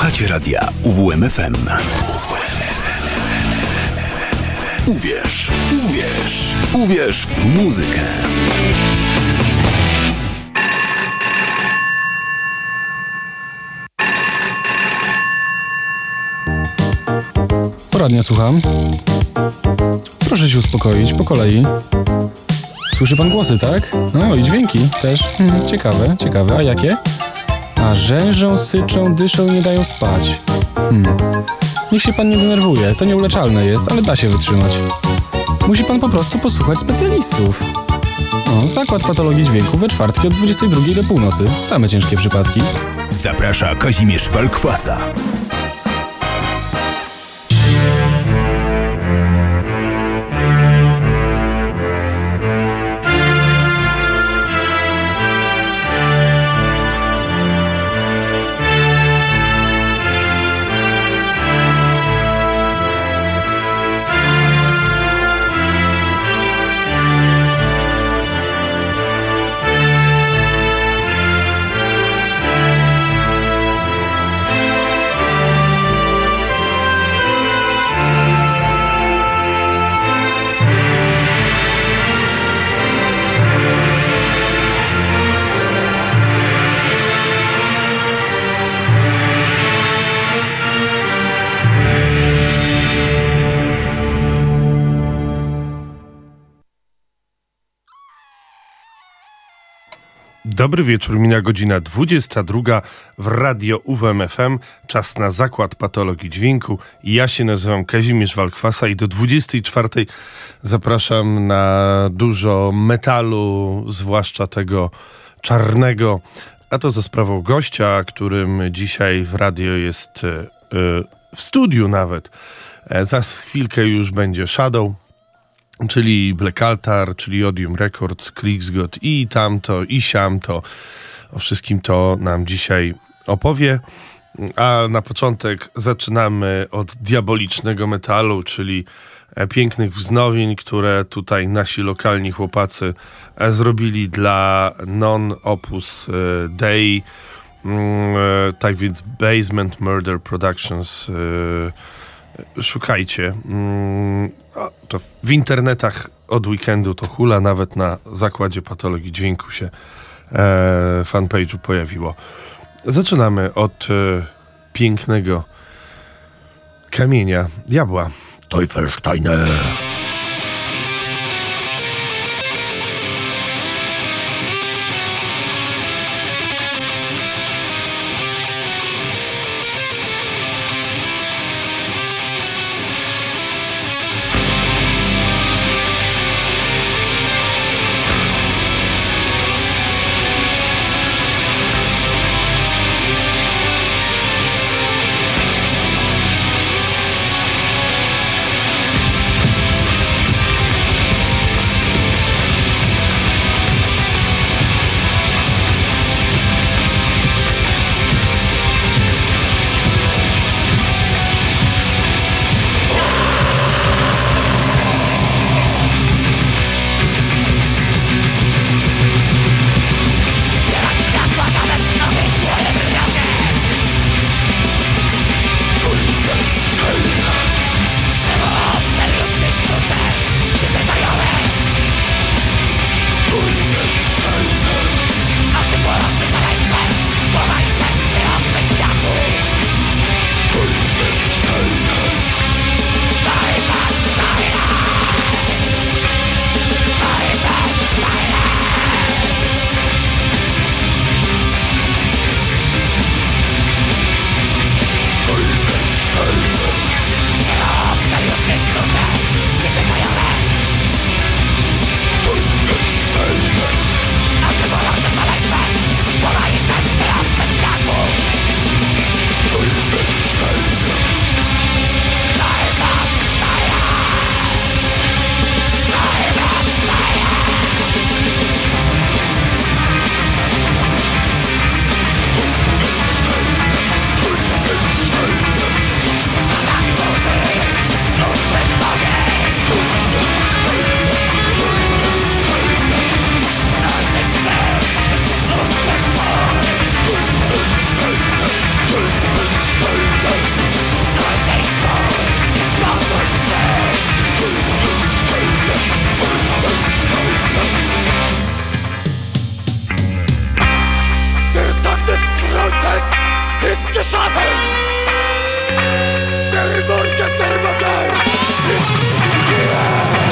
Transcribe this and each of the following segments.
Słuchacie radia UWMFM. Uwierz, uwierz, uwierz w muzykę. Poradnia, słucham. Proszę się uspokoić, po kolei. Słyszy pan głosy, tak? No i dźwięki też. Ciekawe. A jakie? A rzężą, syczą, dyszą i nie dają spać. Niech się pan nie denerwuje, to nieuleczalne jest, ale da się wytrzymać. Musi pan po prostu posłuchać specjalistów. Zakład Patologii Dźwięku we czwartki od 22 do północy. Same ciężkie przypadki. Zaprasza Kazimierz Walkwasa. Dobry wieczór, mina godzina 22 w Radio UWMFM. Czas na Zakład Patologii Dźwięku. Ja się nazywam Kazimierz Walkwasa i do 24 zapraszam na dużo metalu, zwłaszcza tego czarnego. A to za sprawą gościa, którym dzisiaj w radio jest w studiu nawet. Za chwilkę już będzie Shadow, czyli Black Altar, czyli Odium Records, Kriegsgott i tamto, i siamto. O wszystkim to nam dzisiaj opowie. A na początek zaczynamy od diabolicznego metalu, czyli pięknych wznowień, które tutaj nasi lokalni chłopacy zrobili dla Non Opus Dei. Tak więc Basement Murder Productions. Szukajcie. To w internetach od weekendu to hula, nawet na Zakładzie Patologii Dźwięku się fanpage'u pojawiło. Zaczynamy od pięknego kamienia diabła. Teufelssteine. Fest ist geschaffen. Der Morgen der Modell ist hier.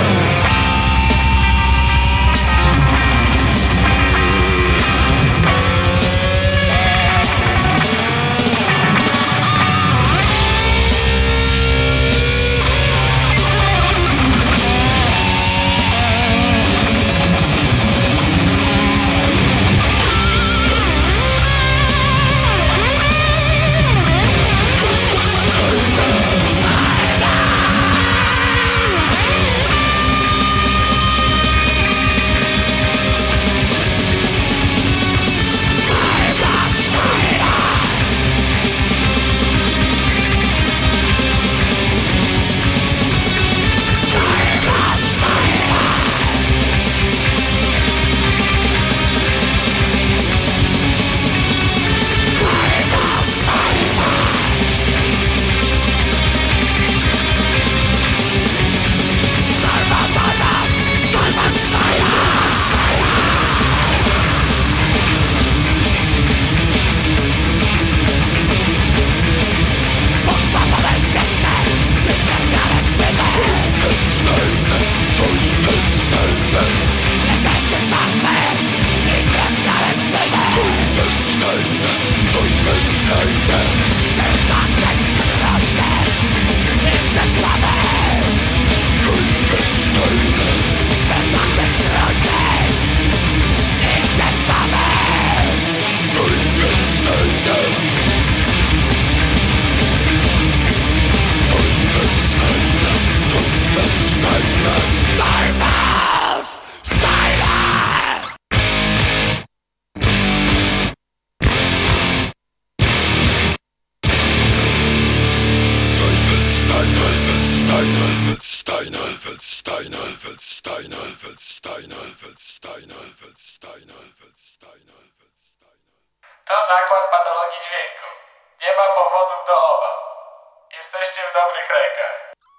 To zakład patologii dźwięku. Nie ma powodów do obaw. Jesteście w dobrych rękach.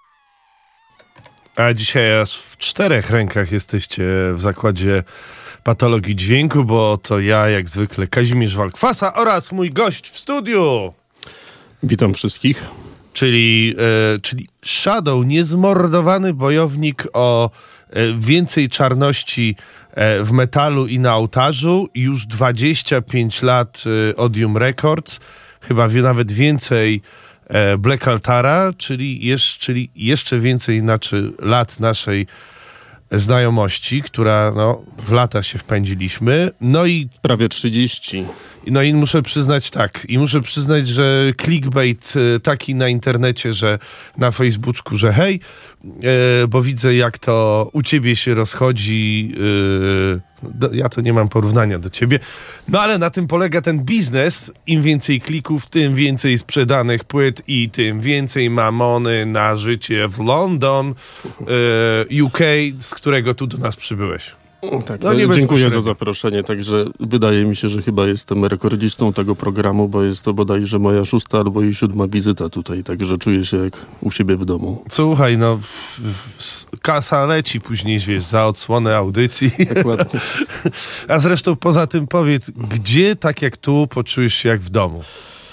A dzisiaj aż w 4 rękach jesteście w zakładzie patologii dźwięku, bo to ja, jak zwykle, Kazimierz Walkwasa oraz mój gość w studiu. Witam wszystkich. Czyli Shadow, niezmordowany bojownik o więcej czarności w metalu i na ołtarzu. Już 25 lat Odium Records, chyba nawet więcej Black Altara, czyli jeszcze więcej lat naszej znajomości, która w lata się wpędziliśmy. No i prawie 30. No i muszę przyznać, że clickbait taki na internecie, że na Facebooku, że hej, bo widzę, jak to u ciebie się rozchodzi, ja to nie mam porównania do ciebie, no ale na tym polega ten biznes. Im więcej klików, tym więcej sprzedanych płyt i tym więcej mamony na życie w London, UK, z którego tu do nas przybyłeś. Tak, dziękuję za zaproszenie, także wydaje mi się, że chyba jestem rekordzistą tego programu, bo jest to bodajże moja 6. albo i 7. wizyta tutaj, także czuję się jak u siebie w domu. Słuchaj, kasa leci później, wiesz, za odsłonę audycji. Dokładnie. A zresztą poza tym powiedz, gdzie tak jak tu poczułeś się jak w domu?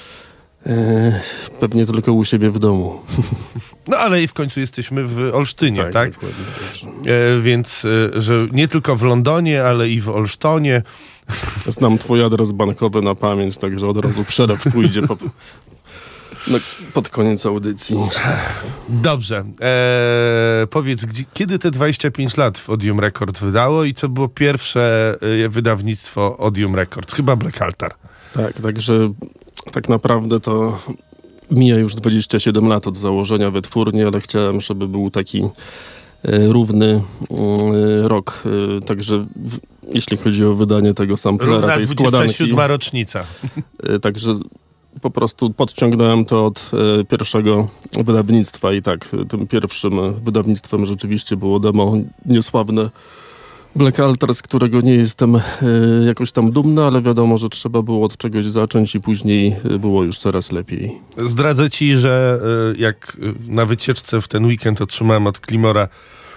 Pewnie tylko u siebie w domu. No ale i w końcu jesteśmy w Olsztynie, tak? Więc, że nie tylko w Londonie, ale i w Olsztonie. Znam twój adres bankowy na pamięć, także od razu przelew pójdzie pod koniec audycji. Dobrze. Powiedz, kiedy te 25 lat w Odium Records wydało i co było pierwsze wydawnictwo Odium Records? Chyba Black Altar. Tak, także tak naprawdę to mija już 27 lat od założenia wytwórni, ale chciałem, żeby był taki równy rok. Także jeśli chodzi o wydanie tego samplera, równa tej składanki. 27. rocznica. Także po prostu podciągnąłem to od pierwszego wydawnictwa i tak, tym pierwszym wydawnictwem rzeczywiście było demo niesławne Black Altar, z którego nie jestem jakoś tam dumny, ale wiadomo, że trzeba było od czegoś zacząć i później było już coraz lepiej. Zdradzę ci, że jak na wycieczce w ten weekend otrzymałem od Klimora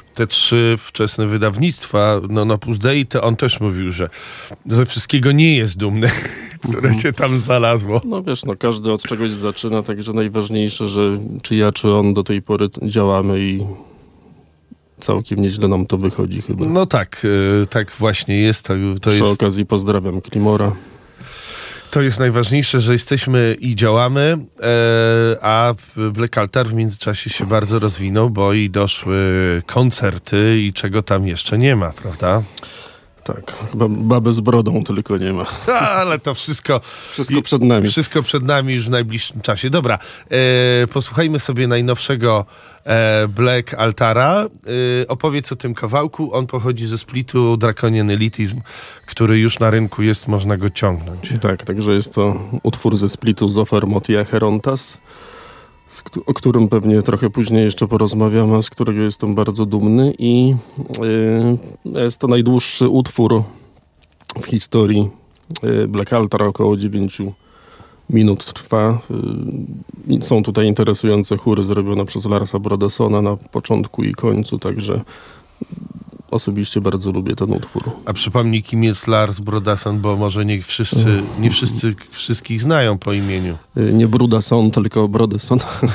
te 3 wczesne wydawnictwa, no Opus Dei, to on też mówił, że ze wszystkiego nie jest dumny, które się tam znalazło. No wiesz, każdy od czegoś zaczyna, także najważniejsze, że czy ja, czy on do tej pory działamy i całkiem nieźle nam to wychodzi chyba. No tak, tak właśnie jest. Przy okazji pozdrawiam Klimora. To jest najważniejsze, że jesteśmy i działamy, a Black Altar w międzyczasie się bardzo rozwinął, bo i doszły koncerty i czego tam jeszcze nie ma, prawda? Tak, chyba babę z brodą tylko nie ma. Ale to wszystko... Wszystko przed nami. Wszystko przed nami już w najbliższym czasie. Dobra, posłuchajmy sobie najnowszego Black Altara. Opowiedz o tym kawałku. On pochodzi ze splitu Draconian Elitism, który już na rynku jest, można go ciągnąć. Tak, także jest to utwór ze splitu Zofer Motia Herontas, o którym pewnie trochę później jeszcze porozmawiamy, a z którego jestem bardzo dumny i jest to najdłuższy utwór w historii Black Altar, około 9 minut trwa. Są tutaj interesujące chóry zrobione przez Larsa Brodessona na początku i końcu, także osobiście bardzo lubię ten utwór. A przypomnij, kim jest Lars Brodesson, bo może nie wszyscy wszystkich znają po imieniu. Nie Brudasson, tylko Brodesson.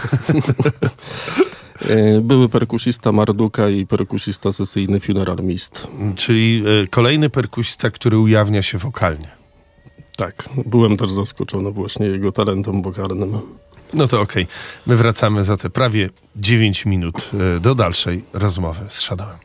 Były perkusista Marduka i perkusista sesyjny Funeral Mist. Czyli kolejny perkusista, który ujawnia się wokalnie. Tak, byłem też zaskoczony właśnie jego talentem wokalnym. No to okej. My wracamy za te prawie 9 minut do dalszej rozmowy z Shadowem.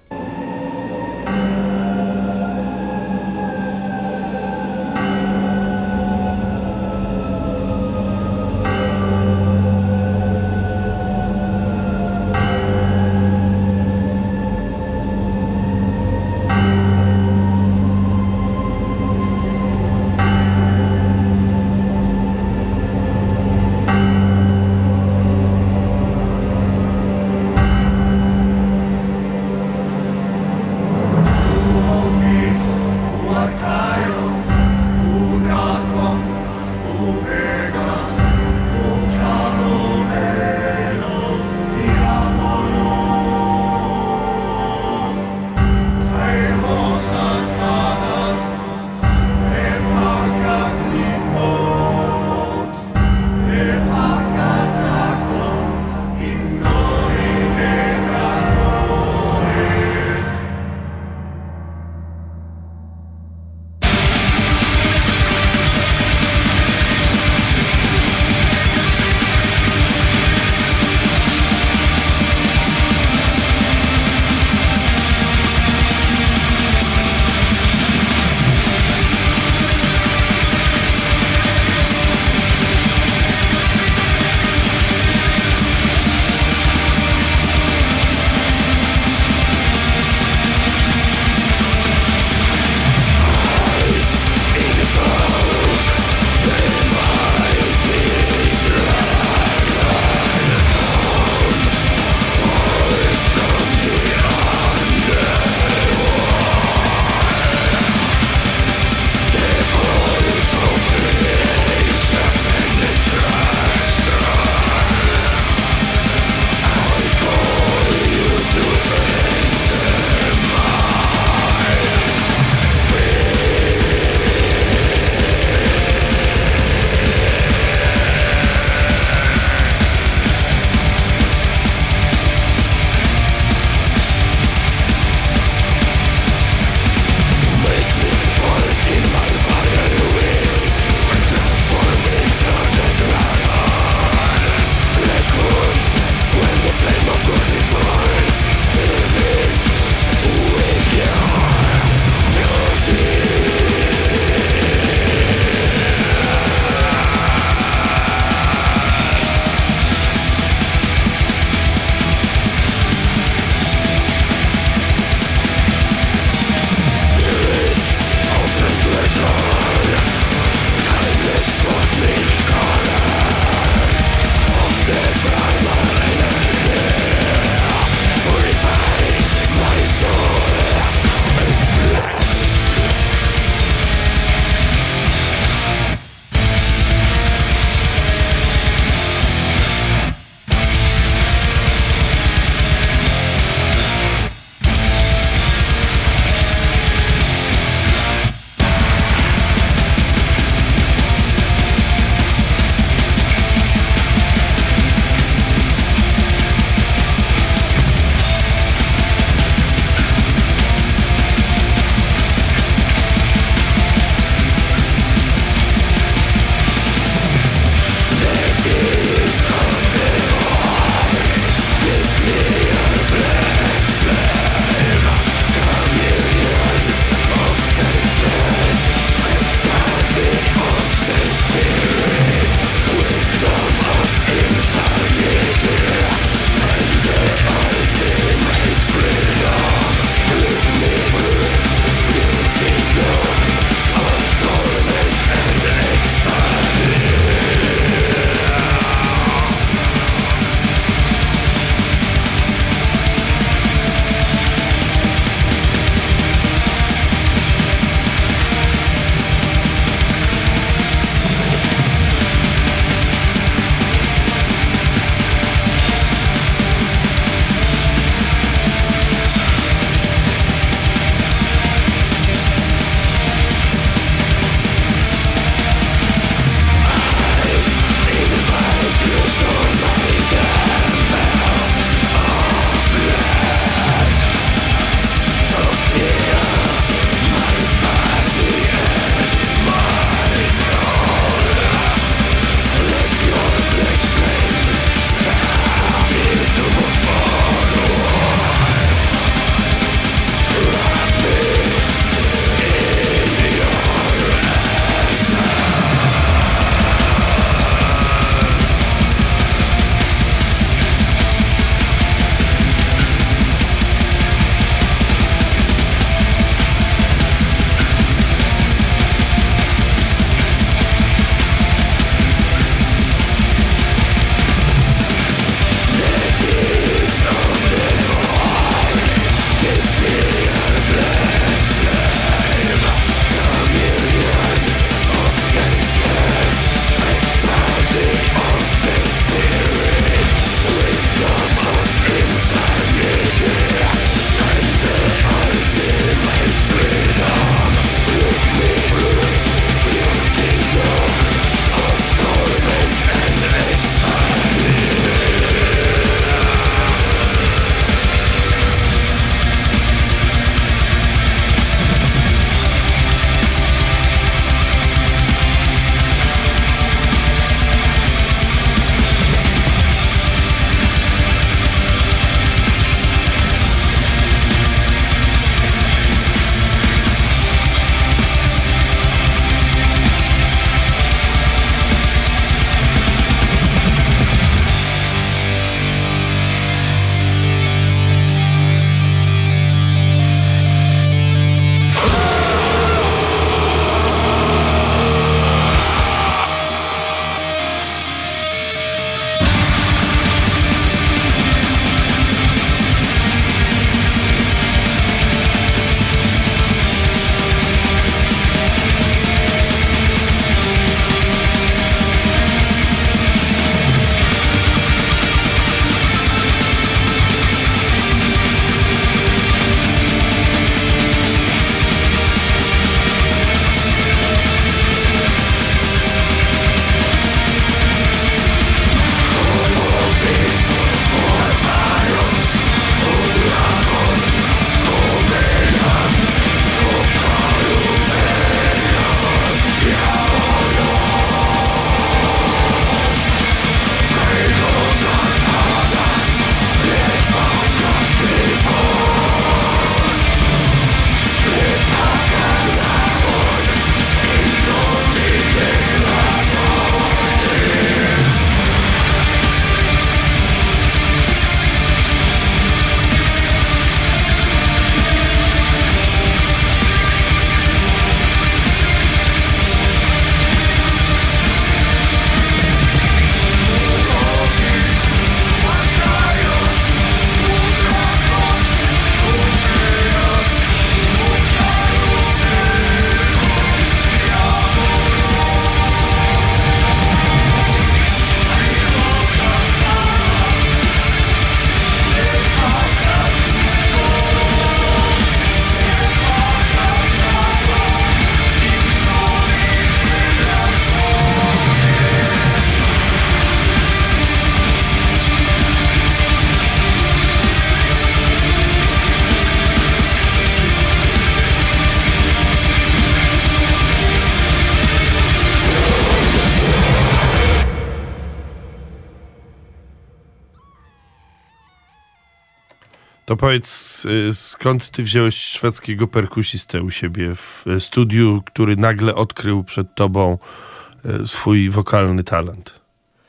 To powiedz, skąd ty wziąłeś szwedzkiego perkusistę u siebie w studiu, który nagle odkrył przed tobą swój wokalny talent?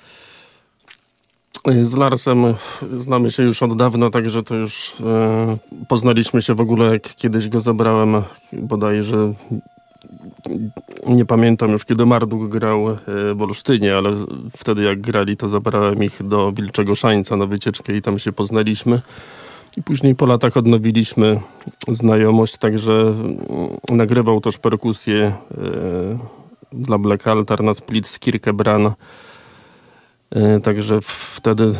Z Larsem znamy się już od dawna, także to już poznaliśmy się w ogóle, jak kiedyś go zabrałem, bodajże nie pamiętam już, kiedy Marduk grał w Olsztynie, ale wtedy jak grali, to zabrałem ich do Wilczego Szańca na wycieczkę i tam się poznaliśmy. I później po latach odnowiliśmy znajomość, także nagrywał też perkusję dla Black Altar na split z Kirkebran. Także wtedy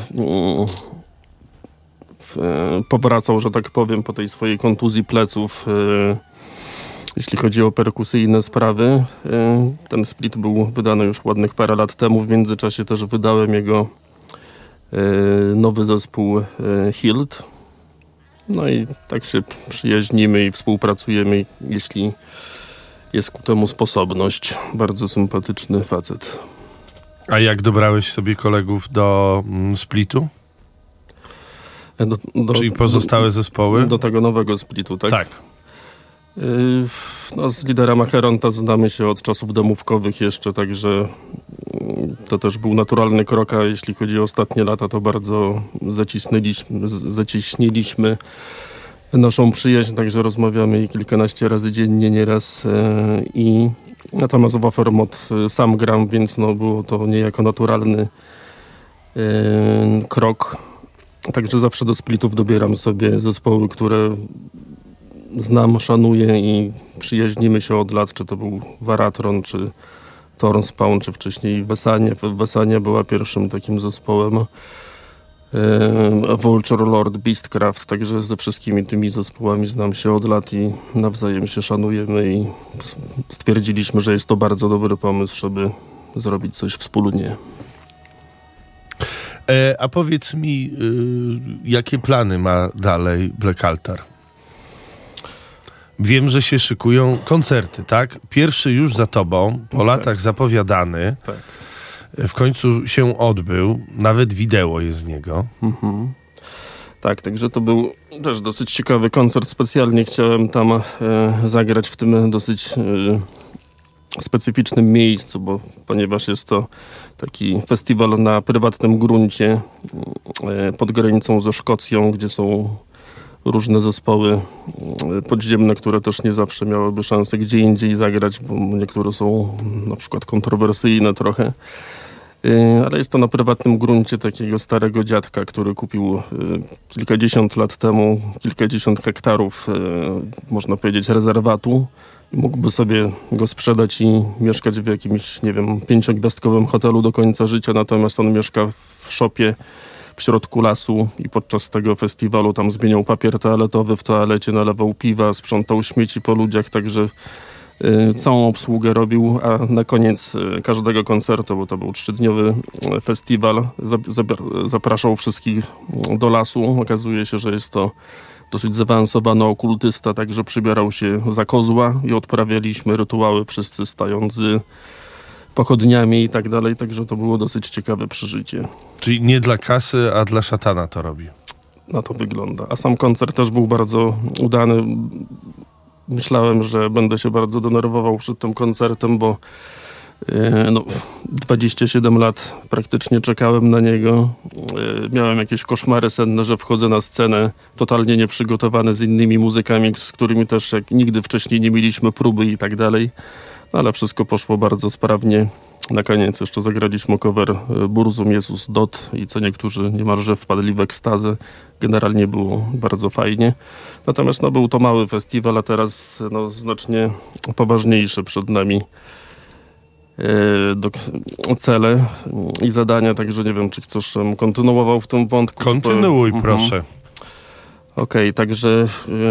powracał, że tak powiem, po tej swojej kontuzji pleców, jeśli chodzi o perkusyjne sprawy. Ten split był wydany już ładnych parę lat temu. W międzyczasie też wydałem jego nowy zespół Hild. No i tak się przyjaźnimy i współpracujemy, jeśli jest ku temu sposobność. Bardzo sympatyczny facet. A jak dobrałeś sobie kolegów do splitu? Czyli pozostałe zespoły? Do tego nowego splitu, tak? Tak. No, z liderem Acheronta znamy się od czasów demówkowych jeszcze, także to też był naturalny krok, a jeśli chodzi o ostatnie lata, to bardzo zacieśniliśmy naszą przyjaźń, także rozmawiamy i kilkanaście razy dziennie, nieraz. Natomiast w Afermot sam gram, więc no, było to niejako naturalny krok. Także zawsze do splitów dobieram sobie zespoły, które znam, szanuję i przyjaźnimy się od lat, czy to był Varatron, czy Thornspawn, czy wcześniej Wesania. Wesania była pierwszym takim zespołem. Vulture Lord, Beastcraft, także ze wszystkimi tymi zespołami znam się od lat i nawzajem się szanujemy i stwierdziliśmy, że jest to bardzo dobry pomysł, żeby zrobić coś wspólnie. A powiedz mi, jakie plany ma dalej Black Altar? Wiem, że się szykują koncerty, tak? Pierwszy już za tobą, po latach zapowiadany. Tak. W końcu się odbył, nawet wideo jest z niego. Mhm. Tak, także to był też dosyć ciekawy koncert. Specjalnie chciałem tam zagrać w tym dosyć specyficznym miejscu, ponieważ jest to taki festiwal na prywatnym gruncie pod granicą ze Szkocją, gdzie są różne zespoły podziemne, które też nie zawsze miałyby szansę gdzie indziej zagrać, bo niektóre są na przykład kontrowersyjne trochę. Ale jest to na prywatnym gruncie takiego starego dziadka, który kupił kilkadziesiąt lat temu kilkadziesiąt hektarów, można powiedzieć, rezerwatu. Mógłby sobie go sprzedać i mieszkać w jakimś, nie wiem, 5-gwiazdkowym hotelu do końca życia, natomiast on mieszka w szopie w środku lasu i podczas tego festiwalu tam zmieniał papier toaletowy w toalecie, nalewał piwa, sprzątał śmieci po ludziach, także całą obsługę robił, a na koniec każdego koncertu, bo to był 3-dniowy festiwal, zapraszał wszystkich do lasu. Okazuje się, że jest to dosyć zaawansowany okultysta, także przybierał się za kozła i odprawialiśmy rytuały wszyscy stając z pochodniami i tak dalej, także to było dosyć ciekawe przeżycie. Czyli nie dla kasy, a dla szatana to robi. Na to wygląda. A sam koncert też był bardzo udany. Myślałem, że będę się bardzo denerwował przed tym koncertem, bo 27 lat praktycznie czekałem na niego. Miałem jakieś koszmary senne, że wchodzę na scenę totalnie nieprzygotowany z innymi muzykami, z którymi też jak nigdy wcześniej nie mieliśmy próby i tak dalej. Ale wszystko poszło bardzo sprawnie. Na koniec jeszcze zagraliśmy cover Burzum Jesus Dot i co niektórzy niemalże wpadli w ekstazę. Generalnie było bardzo fajnie. Natomiast był to mały festiwal, a teraz znacznie poważniejsze przed nami cele i zadania, także nie wiem, czy chcesz kontynuował w tym wątku. Kontynuuj, proszę. Okej, także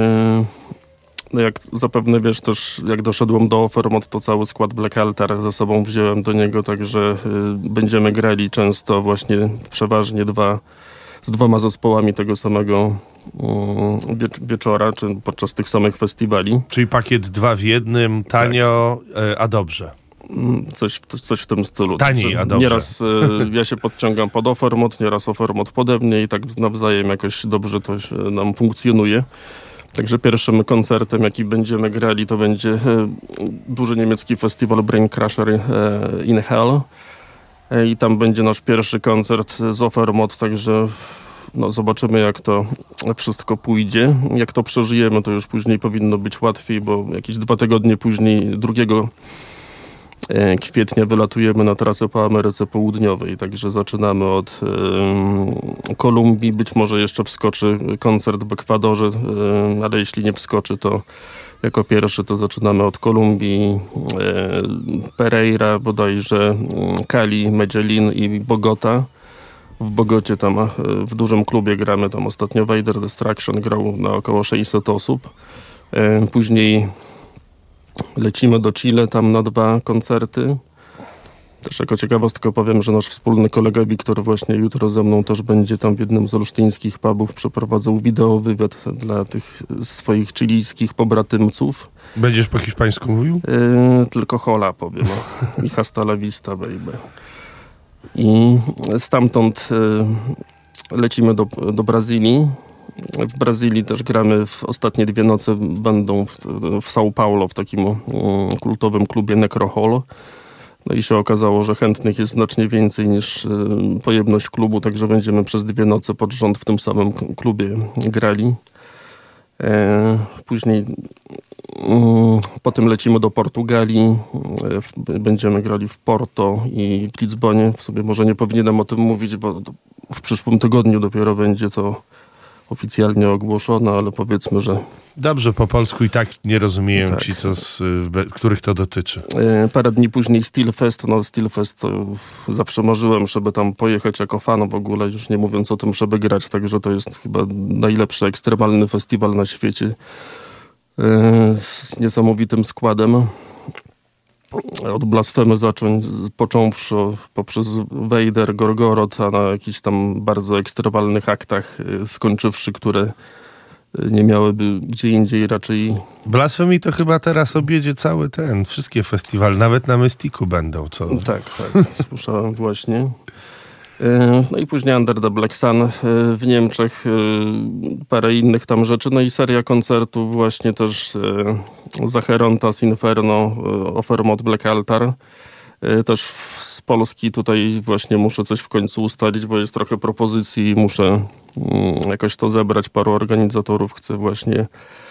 jak zapewne wiesz też, jak doszedłem do Ofermot, to cały skład Black Altar ze sobą wziąłem do niego, także będziemy grali często właśnie przeważnie z 2 zespołami tego samego wieczora, czy podczas tych samych festiwali. Czyli pakiet 2 w 1, tanio, a dobrze. Coś w tym stylu. Taniej, Także a dobrze. Nieraz ja się podciągam pod Offermod, nieraz Offermod pode mnie i tak nawzajem jakoś dobrze to nam funkcjonuje. Także pierwszym koncertem, jaki będziemy grali, to będzie duży niemiecki festiwal Brain Crusher in Hell. I tam będzie nasz pierwszy koncert z Offermod, także zobaczymy, jak to wszystko pójdzie. Jak to przeżyjemy, to już później powinno być łatwiej, bo jakieś 2 tygodnie później, 2 kwietnia wylatujemy na trasę po Ameryce Południowej, także zaczynamy od Kolumbii, być może jeszcze wskoczy koncert w Ekwadorze, ale jeśli nie wskoczy, to jako pierwszy to zaczynamy od Kolumbii, Pereira, bodajże Cali, Medellin i Bogota. W Bogocie tam w dużym klubie gramy, tam ostatnio Vader Destruction grał na około 600 osób. Później lecimy do Chile, tam na 2 koncerty. Też jako ciekawostkę powiem, że nasz wspólny kolega Wiktor właśnie jutro ze mną też będzie tam w jednym z olsztyńskich pubów przeprowadzał wideowywiad dla tych swoich chilijskich pobratymców. Będziesz po hiszpańsku mówił? Tylko hola powiem. I hasta la vista, baby. I stamtąd lecimy do Brazylii. W Brazylii też gramy w ostatnie 2 noce, będą w São Paulo, w takim kultowym klubie Necrohol. No i się okazało, że chętnych jest znacznie więcej niż pojemność klubu, także będziemy przez 2 noce pod rząd w tym samym klubie grali. Później potem lecimy do Portugalii, będziemy grali w Porto i w Lizbonie. W sobie może nie powinienem o tym mówić, bo w przyszłym tygodniu dopiero będzie to oficjalnie ogłoszone, ale powiedzmy, że... Dobrze, po polsku i tak nie rozumieją tak. ci, których to dotyczy. Parę dni później Steelfest. Steelfest to zawsze marzyłem, żeby tam pojechać jako fan w ogóle, już nie mówiąc o tym, żeby grać, także to jest chyba najlepszy ekstremalny festiwal na świecie z niesamowitym składem. Od Blasfemy począwszy poprzez Vader, Gorgoroth, a na jakichś tam bardzo ekstremalnych aktach skończywszy, które nie miałyby gdzie indziej raczej... Blasfemy to chyba teraz objedzie wszystkie festiwale, nawet na Mystiku będą, co? Tak, słyszałem właśnie. No i później Under the Black Sun w Niemczech, parę innych tam rzeczy, no i seria koncertów właśnie też Zacherontas, Inferno, Offermod, Black Altar. Też z Polski tutaj właśnie muszę coś w końcu ustalić, bo jest trochę propozycji i muszę jakoś to zebrać. Paru organizatorów chce właśnie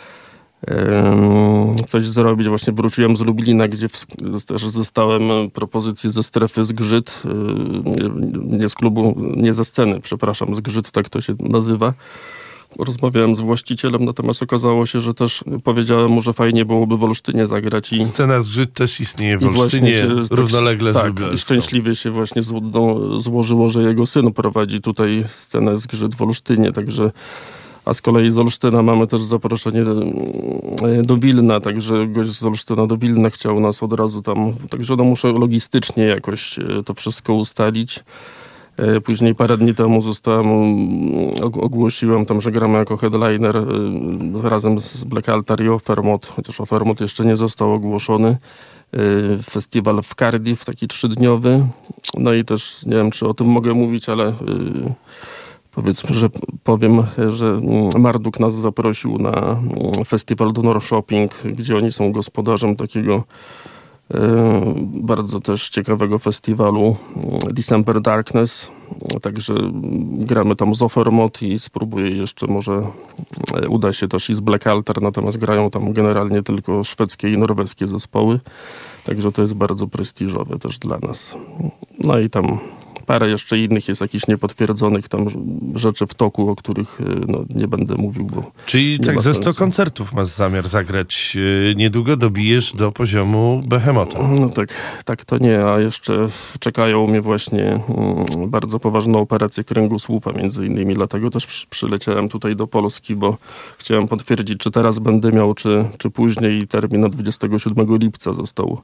coś zrobić. Właśnie wróciłem z Lublina, gdzie też zostałem propozycję ze strefy Zgrzyt, nie z klubu, nie ze sceny, przepraszam, Zgrzyt, tak to się nazywa. Rozmawiałem z właścicielem, natomiast okazało się, że też powiedziałem mu, że fajnie byłoby w Olsztynie zagrać. Scena Zgrzyt też istnieje w Olsztynie, równolegle z Lubelską. I szczęśliwie się właśnie złożyło, że jego syn prowadzi tutaj scenę Zgrzyt w Olsztynie, także... A z kolei z Olsztyna mamy też zaproszenie do Wilna, także gość z Olsztyna do Wilna chciał nas od razu tam, także muszę logistycznie jakoś to wszystko ustalić. Później parę dni temu ogłosiłem tam, że gramy jako headliner razem z Black Altar i Offermod, chociaż Offermod jeszcze nie został ogłoszony. Festiwal w Cardiff, taki 3-dniowy. No i też nie wiem, czy o tym mogę mówić, ale... Powiedzmy, że powiem, że Marduk nas zaprosił na festiwal Donor Shopping, gdzie oni są gospodarzem takiego bardzo też ciekawego festiwalu December Darkness. Także gramy tam z Offermod i spróbuję jeszcze, może uda się też i z Black Altar, natomiast grają tam generalnie tylko szwedzkie i norweskie zespoły. Także to jest bardzo prestiżowe też dla nas. No i tam parę jeszcze innych jest jakichś niepotwierdzonych tam rzeczy w toku, o których nie będę mówił, bo czyli tak ze 100 koncertów masz zamiar zagrać. Niedługo dobijesz do poziomu Behemota. No tak to nie, a jeszcze czekają mnie właśnie bardzo poważne operacje kręgosłupa między innymi, dlatego też przyleciałem tutaj do Polski, bo chciałem potwierdzić, czy teraz będę miał, czy później. Termin na 27 lipca został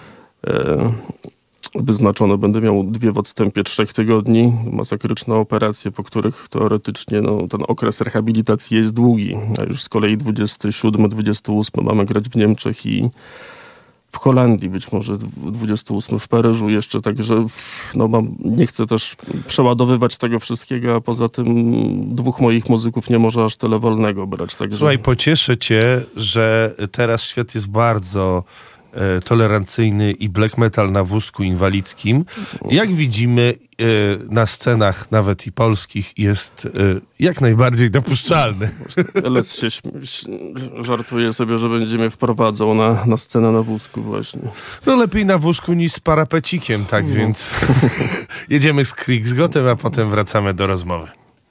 wyznaczone. Będę miał 2 w odstępie 3 tygodni. Masakryczne operacje, po których teoretycznie ten okres rehabilitacji jest długi. A już z kolei 27-28 mamy grać w Niemczech i w Holandii, być może 28 w Paryżu jeszcze, także nie chcę też przeładowywać tego wszystkiego, a poza tym 2 moich muzyków nie może aż tyle wolnego brać. Także... Słuchaj, pocieszę cię, że teraz świat jest bardzo tolerancyjny i black metal na wózku inwalidzkim. Jak widzimy, na scenach nawet i polskich jest jak najbardziej dopuszczalny. Les się żartuje sobie, że będzie mnie wprowadzał na scenę na wózku właśnie. No lepiej na wózku niż z parapecikiem, tak więc jedziemy z Kriegsgottem, a potem wracamy do rozmowy.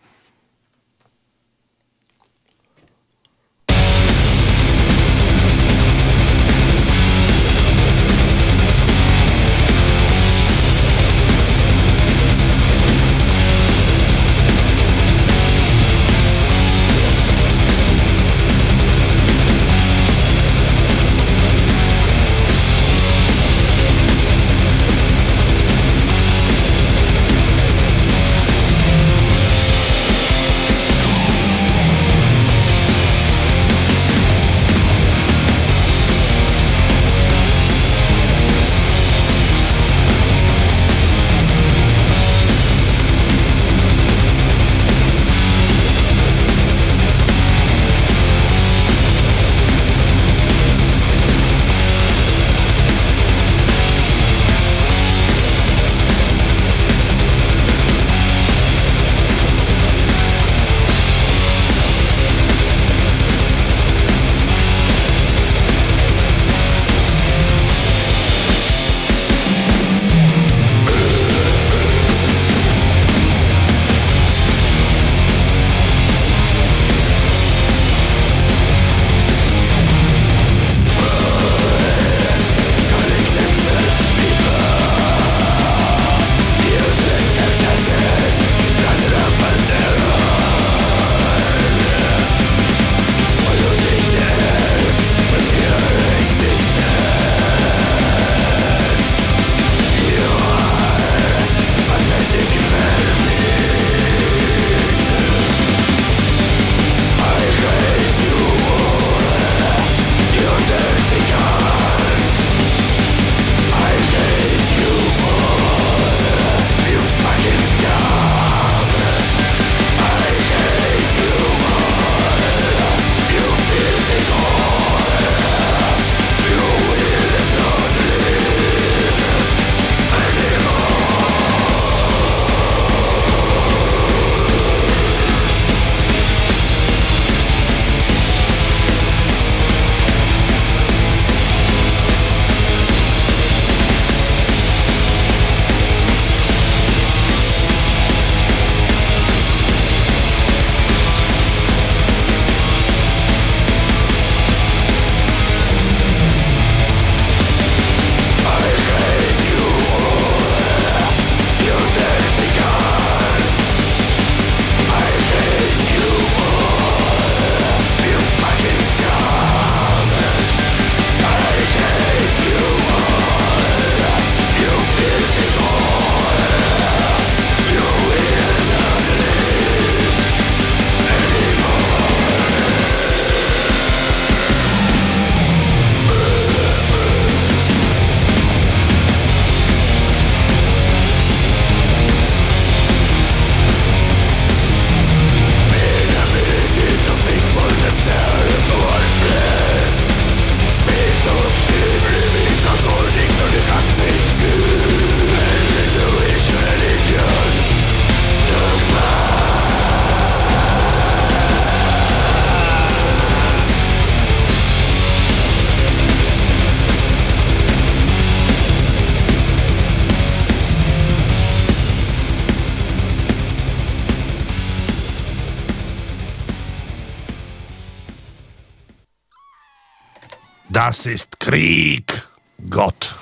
Das ist Krieg. Gott.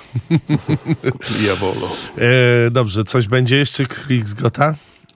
Jawolo. Dobrze, coś będzie jeszcze Kriegsgotta?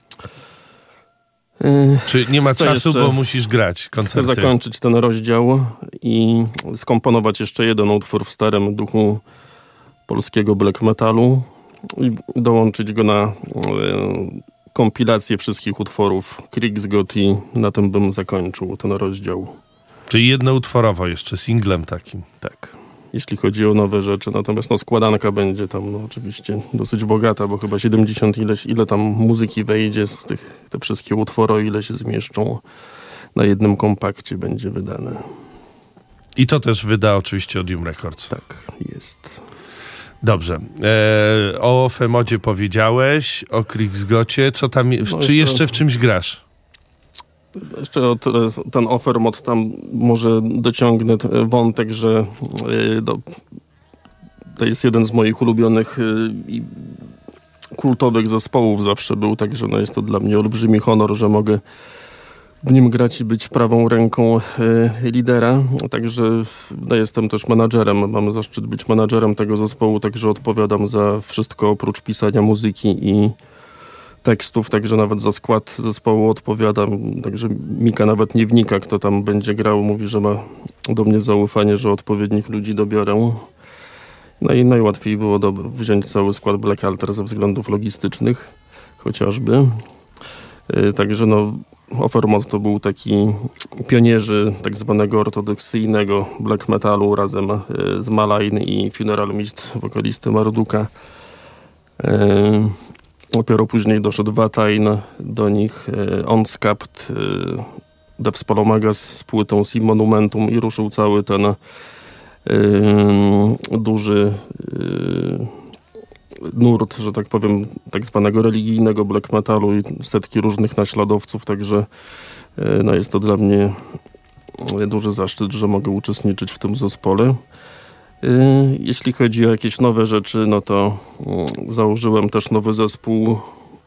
Czy nie ma czasu, bo musisz grać koncerty? Chcę zakończyć ten rozdział i skomponować jeszcze jeden utwór w starym duchu polskiego black metalu i dołączyć go na kompilację wszystkich utworów Kriegsgott i na tym bym zakończył ten rozdział. Czyli jednoutworowo jeszcze, singlem takim. Tak. jeśli chodzi o nowe rzeczy. Natomiast składanka będzie tam oczywiście dosyć bogata, bo chyba 70 ile tam muzyki wejdzie z te wszystkie utwory, o ile się zmieszczą na jednym kompakcie, będzie wydane. I to też wyda oczywiście Odium Records. Tak, jest. Dobrze. O Femodzie powiedziałeś, o Kriegsgocie. Co tam, czy jeszcze w czymś grasz? Jeszcze ten Offermod, tam może dociągnę wątek, że to jest jeden z moich ulubionych i kultowych zespołów zawsze był, także jest to dla mnie olbrzymi honor, że mogę w nim grać i być prawą ręką lidera. Także jestem też menadżerem, mam zaszczyt być menadżerem tego zespołu, także odpowiadam za wszystko oprócz pisania muzyki i tekstów, także nawet za skład zespołu odpowiadam, także Mika nawet nie wnika, kto tam będzie grał, mówi, że ma do mnie zaufanie, że odpowiednich ludzi dobiorę. No i najłatwiej było wziąć cały skład Black Altar ze względów logistycznych chociażby. Także Offermod to był taki pionierzy tak zwanego ortodoksyjnego black metalu razem z Malign i Funeral Mist, wokalisty Marduka. Dopiero później doszedł Watain do nich, Onscapt, Death Spalomagas z płytą Sim Monumentum i ruszył cały ten duży nurt, że tak powiem, tak zwanego religijnego black metalu i setki różnych naśladowców, także jest to dla mnie duży zaszczyt, że mogę uczestniczyć w tym zespole. Jeśli chodzi o jakieś nowe rzeczy, to założyłem też nowy zespół.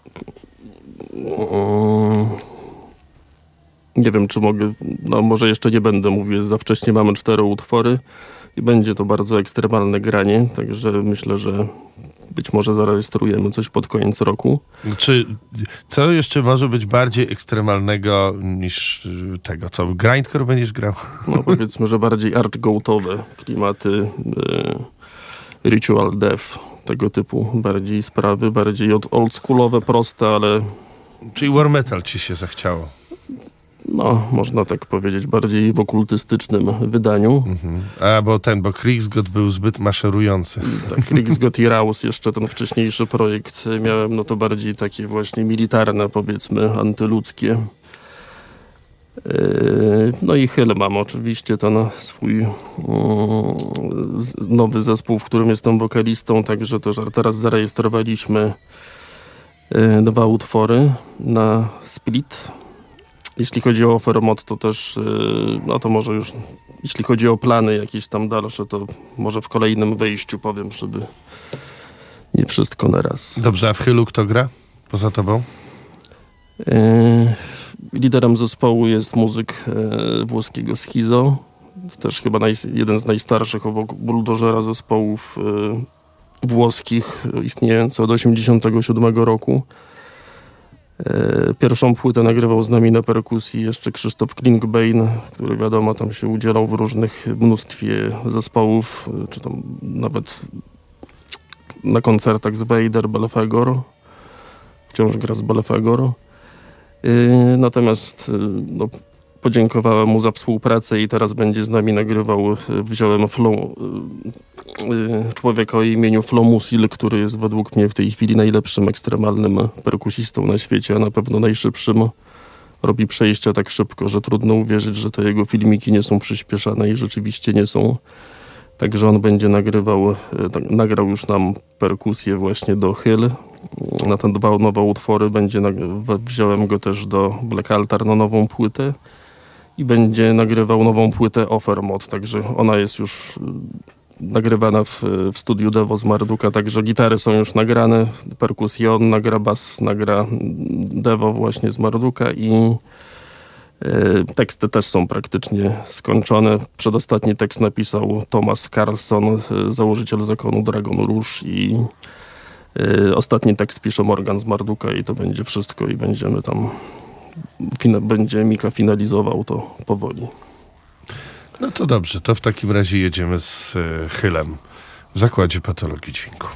Nie wiem, czy mogę, może jeszcze nie będę mówił, za wcześnie mamy 4 utwory i będzie to bardzo ekstremalne granie, także myślę, że być może zarejestrujemy coś pod koniec roku. Co jeszcze może być bardziej ekstremalnego niż tego, co grindcore będziesz grał? Powiedzmy, że bardziej archgoatowe klimaty, ritual death, tego typu bardziej sprawy, bardziej oldschoolowe, proste, ale... Czyli war metal ci się zachciało? Można tak powiedzieć, bardziej w okultystycznym wydaniu. Bo Kriegsgott był zbyt maszerujący. Tak, Kriegsgott i Raus, jeszcze ten wcześniejszy projekt miałem, to bardziej takie właśnie militarne, powiedzmy, antyludzkie. I Hyl mam oczywiście ten swój nowy zespół, w którym jestem wokalistą, także też teraz zarejestrowaliśmy 2 utwory na split. Jeśli chodzi o Offermod, to też, to może już, jeśli chodzi o plany jakieś tam dalsze, to może w kolejnym wejściu powiem, żeby nie wszystko na raz. Dobrze, a w Hylu kto gra poza tobą? Liderem zespołu jest muzyk włoskiego Schizo. Też chyba jeden z najstarszych obok Bulldozera zespołów włoskich, istniejący od 1987 roku. Pierwszą płytę nagrywał z nami na perkusji jeszcze Krzysztof Klingbein, który wiadomo tam się udzielał w różnych mnóstwie zespołów, czy tam nawet na koncertach z Vader, Belfegor. Wciąż gra z Belfegor. Natomiast podziękowałem mu za współpracę i teraz będzie z nami nagrywał. Wziąłem człowieka o imieniu Flo Musil, który jest według mnie w tej chwili najlepszym ekstremalnym perkusistą na świecie, a na pewno najszybszym. Robi przejścia tak szybko, że trudno uwierzyć, że te jego filmiki nie są przyspieszane i rzeczywiście nie są. Także on będzie nagrał już nam perkusję właśnie do Hyl. Na te 2 nowe utwory wziąłem go też do Black Altar na nową płytę i będzie nagrywał nową płytę Offermod, także ona jest już nagrywana w studiu Devo z Marduka, także gitary są już nagrane, perkusję on nagra, bas nagra Devo właśnie z Marduka i teksty też są praktycznie skończone. Przedostatni tekst napisał Thomas Carlson, założyciel zakonu Dragon Rouge i ostatni tekst pisze Morgan z Marduka i to będzie wszystko i będziemy tam będzie Mika finalizował to powoli. No to dobrze, to w takim razie jedziemy z Hylem w Zakładzie Patologii Dźwięku.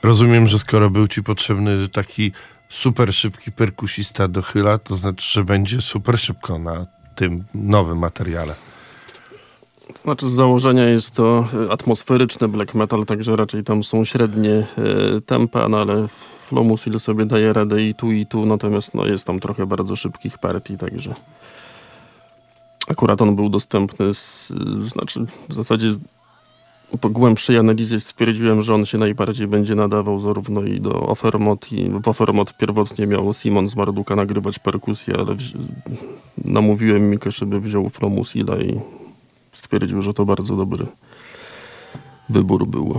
Rozumiem, że skoro był ci potrzebny taki super szybki perkusista do Chyla, to znaczy, że będzie super szybko na tym nowym materiale. To znaczy z założenia jest to atmosferyczny black metal, także raczej tam są średnie tempa, no ale Flow Musil sobie daje radę i tu, natomiast no, jest tam trochę bardzo szybkich partii, także akurat on był dostępny, znaczy w zasadzie po głębszej analizie stwierdziłem, że on się najbardziej będzie nadawał zarówno i do Offermod, i w Offermod pierwotnie miał Simon z Marduka nagrywać perkusję, ale namówiłem Mikę, żeby wziął Flow Musila i stwierdził, że to bardzo dobry wybór był.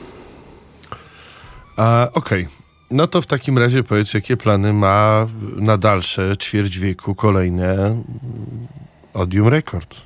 Okej. No to w takim razie powiedz, jakie plany ma na dalsze ćwierć wieku kolejne Odium Records?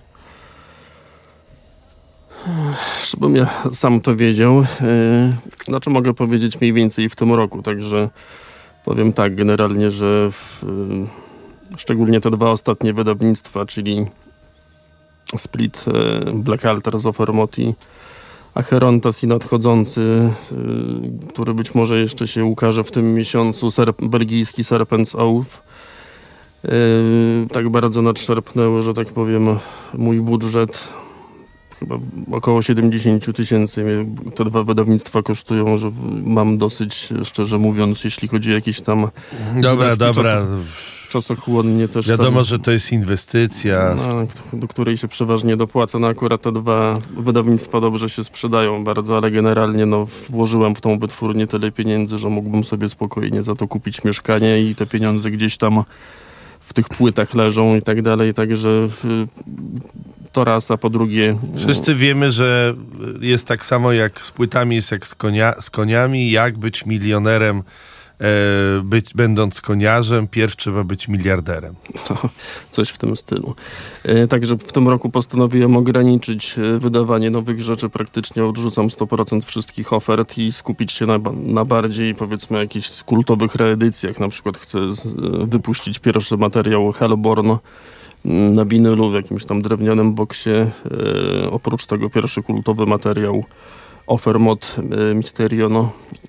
Żebym ja sam to wiedział. Znaczy mogę powiedzieć mniej więcej w tym roku, także powiem tak generalnie, że szczególnie te dwa ostatnie wydawnictwa, czyli Split Black Altar z Offermod i Acherontas i nadchodzący, który być może jeszcze się ukaże w tym miesiącu, belgijski Serpent's Oath, tak bardzo nadszarpnęły, że tak powiem, mój budżet. Chyba około 70 000 te dwa wydawnictwa kosztują, że mam dosyć, szczerze mówiąc, jeśli chodzi o jakieś tam... Dobra. Czasochłonnie też wiadomo, tam, że to jest inwestycja. do której się przeważnie dopłaca. No akurat te dwa wydawnictwa dobrze się sprzedają bardzo, ale generalnie włożyłem w tą wytwórnię tyle pieniędzy, że mógłbym sobie spokojnie za to kupić mieszkanie i te pieniądze gdzieś tam w tych płytach leżą i tak dalej, także to raz, a po drugie... Wszyscy wiemy, że jest tak samo jak z płytami, jest jak z koniami, jak być milionerem, będąc koniarzem, pierw trzeba być miliarderem. To coś w tym stylu. Także w tym roku postanowiłem ograniczyć wydawanie nowych rzeczy, praktycznie odrzucam 100% wszystkich ofert i skupić się na bardziej, powiedzmy, jakichś kultowych reedycjach. Na przykład chcę wypuścić pierwszy materiał Hellborn na winylu w jakimś tam drewnianym boksie. Oprócz tego pierwszy kultowy materiał Offermod Mysterion.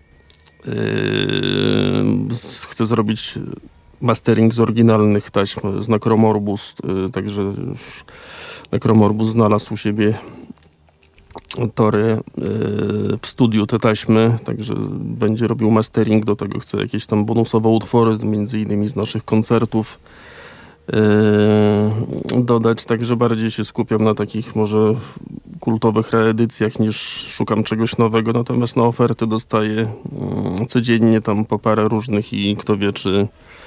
Chcę zrobić mastering z oryginalnych taśm z Necromorbus, także już Necromorbus znalazł u siebie tory w studiu te taśmy, także będzie robił mastering, do tego chcę jakieś tam bonusowe utwory, między innymi z naszych koncertów dodać, także bardziej się skupiam na takich może kultowych reedycjach niż szukam czegoś nowego, natomiast na oferty dostaję codziennie tam po parę różnych i kto wie, czy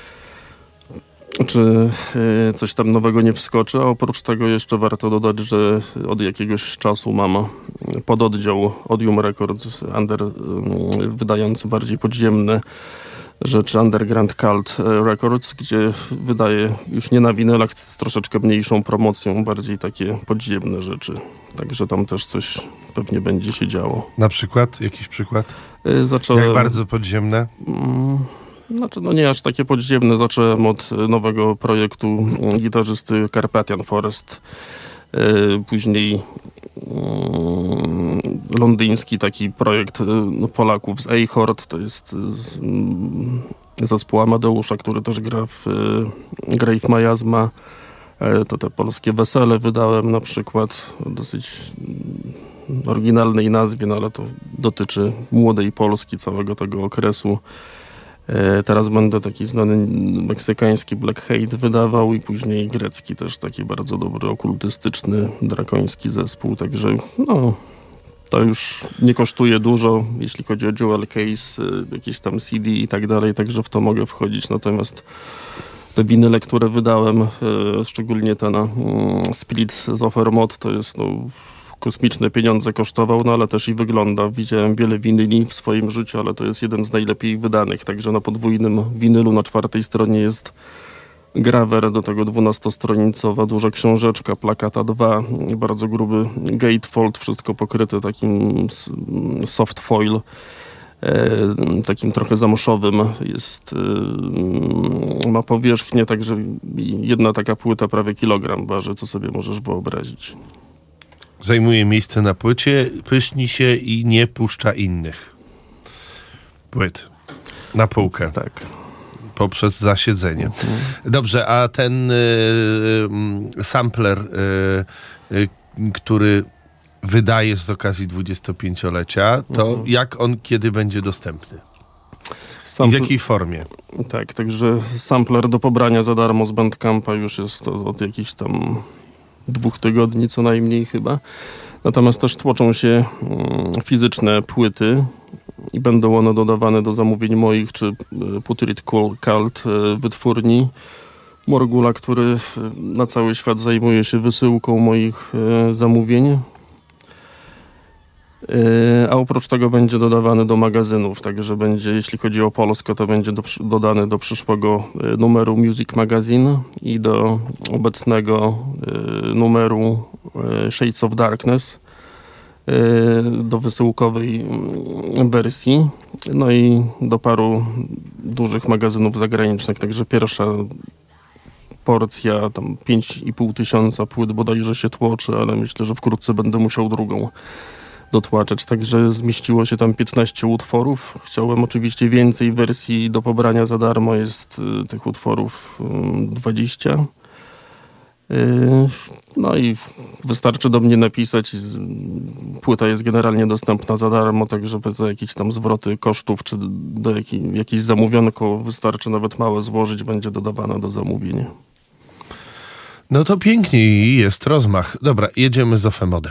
coś tam nowego nie wskoczy, a oprócz tego jeszcze warto dodać, że od jakiegoś czasu mam pododdział Odium Records wydający bardziej podziemne rzeczy, Underground Cult Records, gdzie wydaje już nie na winylach, z troszeczkę mniejszą promocją, bardziej takie podziemne rzeczy. Także tam też coś pewnie będzie się działo. Na przykład? Jakiś przykład? Zacząłem... Jak bardzo podziemne? Znaczy, no nie aż takie podziemne. Zacząłem od nowego projektu gitarzysty Carpathian Forest. Później londyński taki projekt Polaków z Eichhorn, to jest zespół Amadeusza, który też gra w Grave Miasma. To te polskie Wesele wydałem na przykład, o dosyć oryginalnej nazwie, no ale to dotyczy młodej Polski, całego tego okresu. Teraz będę taki znany meksykański Black Hate wydawał i później grecki też taki bardzo dobry, okultystyczny, drakoński zespół, także no to już nie kosztuje dużo, jeśli chodzi o jewel case, jakieś tam CD i tak dalej, także w to mogę wchodzić, natomiast te winyle, które wydałem, szczególnie ten Split z Offermod, to jest kosmiczne pieniądze kosztował, no ale też i wygląda. Widziałem wiele winyli w swoim życiu, ale to jest jeden z najlepiej wydanych, także na podwójnym winylu na 4. stronie jest grawer, do tego 12-stronicowa duża książeczka, plakata 2, bardzo gruby gatefold, wszystko pokryte takim soft foil, takim trochę zamszowym. Ma powierzchnię, także jedna taka płyta prawie kilogram waży, co sobie możesz wyobrazić. Zajmuje miejsce na płycie, pyszni się i nie puszcza innych. płyt na półkę. Tak. Poprzez zasiedzenie. Dobrze, a ten sampler, który wydajesz z okazji 25-lecia, to jak on kiedy będzie dostępny? I w jakiej formie? Tak, także sampler do pobrania za darmo z Bandcampa już jest od jakichś tam 2 tygodni co najmniej chyba. Natomiast też tłoczą się fizyczne płyty i będą one dodawane do zamówień moich czy Putrid Cult wytwórni Morgula, który na cały świat zajmuje się wysyłką moich zamówień. A oprócz tego będzie dodawany do magazynów, także będzie, jeśli chodzi o Polskę, to będzie dodany do przyszłego numeru Music Magazine i do obecnego numeru Shades of Darkness do wysyłkowej wersji, no i do paru dużych magazynów zagranicznych, także pierwsza porcja, tam 5500 płyt bodajże się tłoczy, ale myślę, że wkrótce będę musiał drugą dotłaczać, także zmieściło się tam 15 utworów. Chciałem oczywiście więcej wersji do pobrania za darmo, jest tych utworów 20. No i wystarczy do mnie napisać. Płyta jest generalnie dostępna za darmo, także bez jakichś tam zwroty kosztów, czy do jakieś zamówionko, wystarczy nawet małe złożyć, będzie dodawane do zamówienia. No to pięknie i jest rozmach. Dobra, jedziemy z Ofemodem.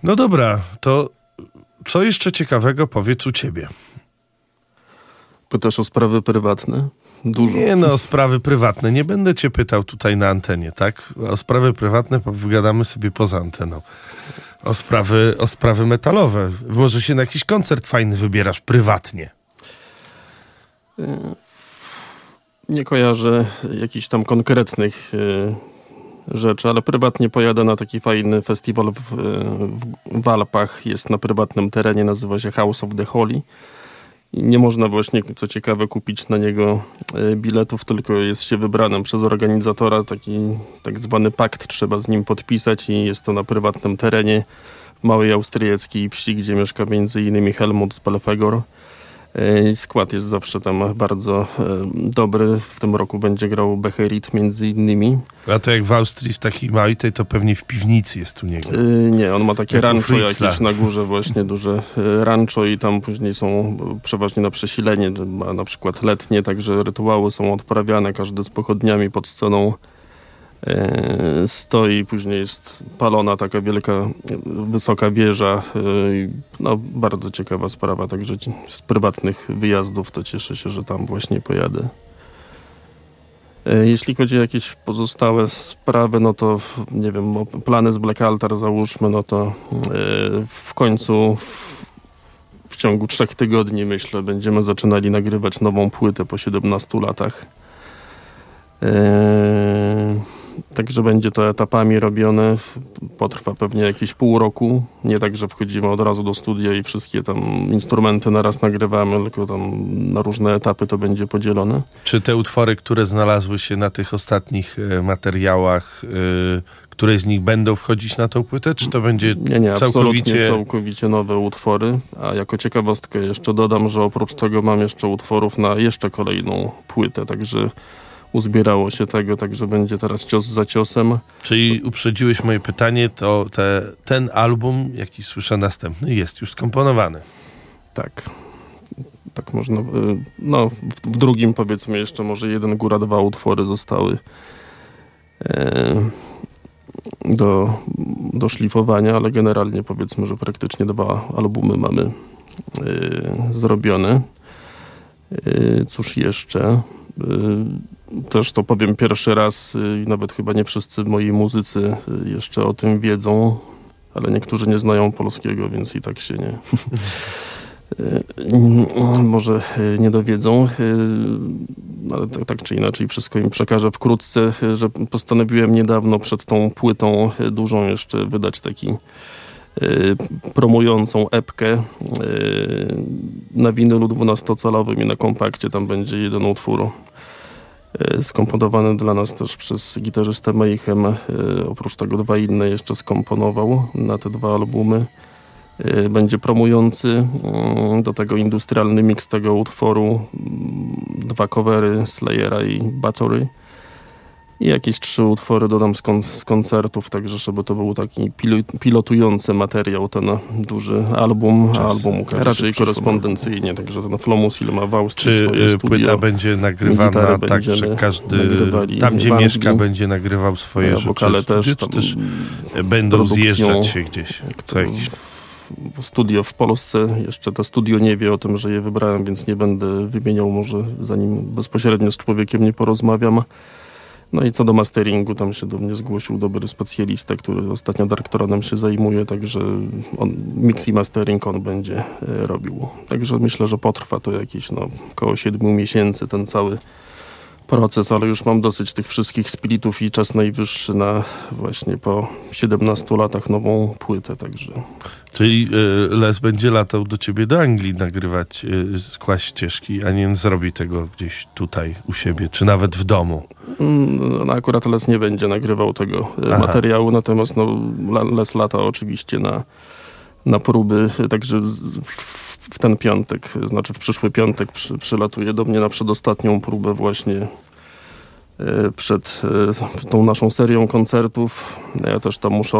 No dobra, to co jeszcze ciekawego powiedz u ciebie? Pytasz o sprawy prywatne? Dużo. Nie no, o sprawy prywatne. Nie będę cię pytał tutaj na antenie, tak? O sprawy prywatne pogadamy sobie poza anteną. O sprawy metalowe. Może się na jakiś koncert fajny wybierasz prywatnie. Nie kojarzę jakichś tam konkretnych rzeczy, ale prywatnie pojadę na taki fajny festiwal w Alpach. Jest na prywatnym terenie, nazywa się House of the Holy. I nie można właśnie, co ciekawe, kupić na niego biletów, tylko jest się wybranym przez organizatora. Taki tak zwany pakt trzeba z nim podpisać i jest to na prywatnym terenie małej austriackiej wsi, gdzie mieszka m.in. Helmut z Belfegor. Skład jest zawsze tam bardzo dobry. W tym roku będzie grał Beherit między innymi. A to jak w Austrii w takiej małej, to pewnie w piwnicy jest u niego. Nie, on ma takie jak rancho jakieś na górze, właśnie duże rancho i tam później są przeważnie na przesilenie, ma na przykład letnie, także rytuały są odprawiane, każdy z pochodniami pod sceną stoi, później jest palona taka wielka, wysoka wieża. No, bardzo ciekawa sprawa, także z prywatnych wyjazdów to cieszę się, że tam właśnie pojadę. Jeśli chodzi o jakieś pozostałe sprawy, no to nie wiem, plany z Black Altar załóżmy, no to w końcu w ciągu 3 tygodni, myślę, będziemy zaczynali nagrywać nową płytę po 17 latach. Także będzie to etapami robione, potrwa pewnie jakieś pół roku, nie tak, że wchodzimy od razu do studia i wszystkie tam instrumenty naraz nagrywamy, tylko tam na różne etapy to będzie podzielone. Czy te utwory, które znalazły się na tych ostatnich materiałach, które z nich będą wchodzić na tą płytę, czy to będzie całkowicie nowe utwory, a jako ciekawostkę jeszcze dodam, że oprócz tego mam jeszcze utworów na jeszcze kolejną płytę, także uzbierało się tego, także będzie teraz cios za ciosem. Czyli uprzedziłeś moje pytanie, to ten album, jaki słyszę następny, jest już skomponowany. Tak. Tak można. No, w drugim powiedzmy jeszcze może 1, góra 2 utwory zostały do szlifowania, ale generalnie powiedzmy, że praktycznie 2 albumy mamy zrobione. Cóż jeszcze? Też to powiem pierwszy raz i nawet chyba nie wszyscy moi muzycy jeszcze o tym wiedzą, ale niektórzy nie znają polskiego, więc i tak się może nie dowiedzą, ale tak czy inaczej wszystko im przekażę wkrótce, że postanowiłem niedawno przed tą płytą dużą jeszcze wydać taki promującą epkę na winylu 12-calowym i na kompakcie. Tam będzie 1 utwór skomponowany dla nas też przez gitarzystę Mayhem. Oprócz tego 2 inne jeszcze skomponował na te 2 albumy. Będzie promujący, do tego industrialny mix tego utworu, 2 covery Slayera i Bathory i jakieś 3 utwory dodam z koncertów, także żeby to był taki pilotujący materiał, ten duży album, a album raczej korespondencyjnie, także ten Flomusil ma w Austrii swoje studio. Czy płyta będzie nagrywana tak, że każdy tam, gdzie mieszka, będzie nagrywał swoje rzeczy wokale też, czy też będą zjeżdżać się gdzieś co jakiś... Studio w Polsce, jeszcze to studio nie wie o tym, że je wybrałem, więc nie będę wymieniał, może zanim bezpośrednio z człowiekiem nie porozmawiam. No i co do masteringu, tam się do mnie zgłosił dobry specjalista, który ostatnio Darktoronem się zajmuje, także mix i mastering on będzie robił. Także myślę, że potrwa to jakieś około 7 miesięcy ten cały proces, ale już mam dosyć tych wszystkich splitów i czas najwyższy na właśnie po 17 latach nową płytę, także... Czyli Les będzie latał do ciebie do Anglii nagrywać, skłaść ścieżki, a nie zrobi tego gdzieś tutaj u siebie, czy nawet w domu? No, akurat Les nie będzie nagrywał tego materiału, natomiast Les lata oczywiście na próby, także w ten piątek, znaczy w przyszły piątek przylatuje do mnie na przedostatnią próbę właśnie przed tą naszą serią koncertów. Ja też tam muszę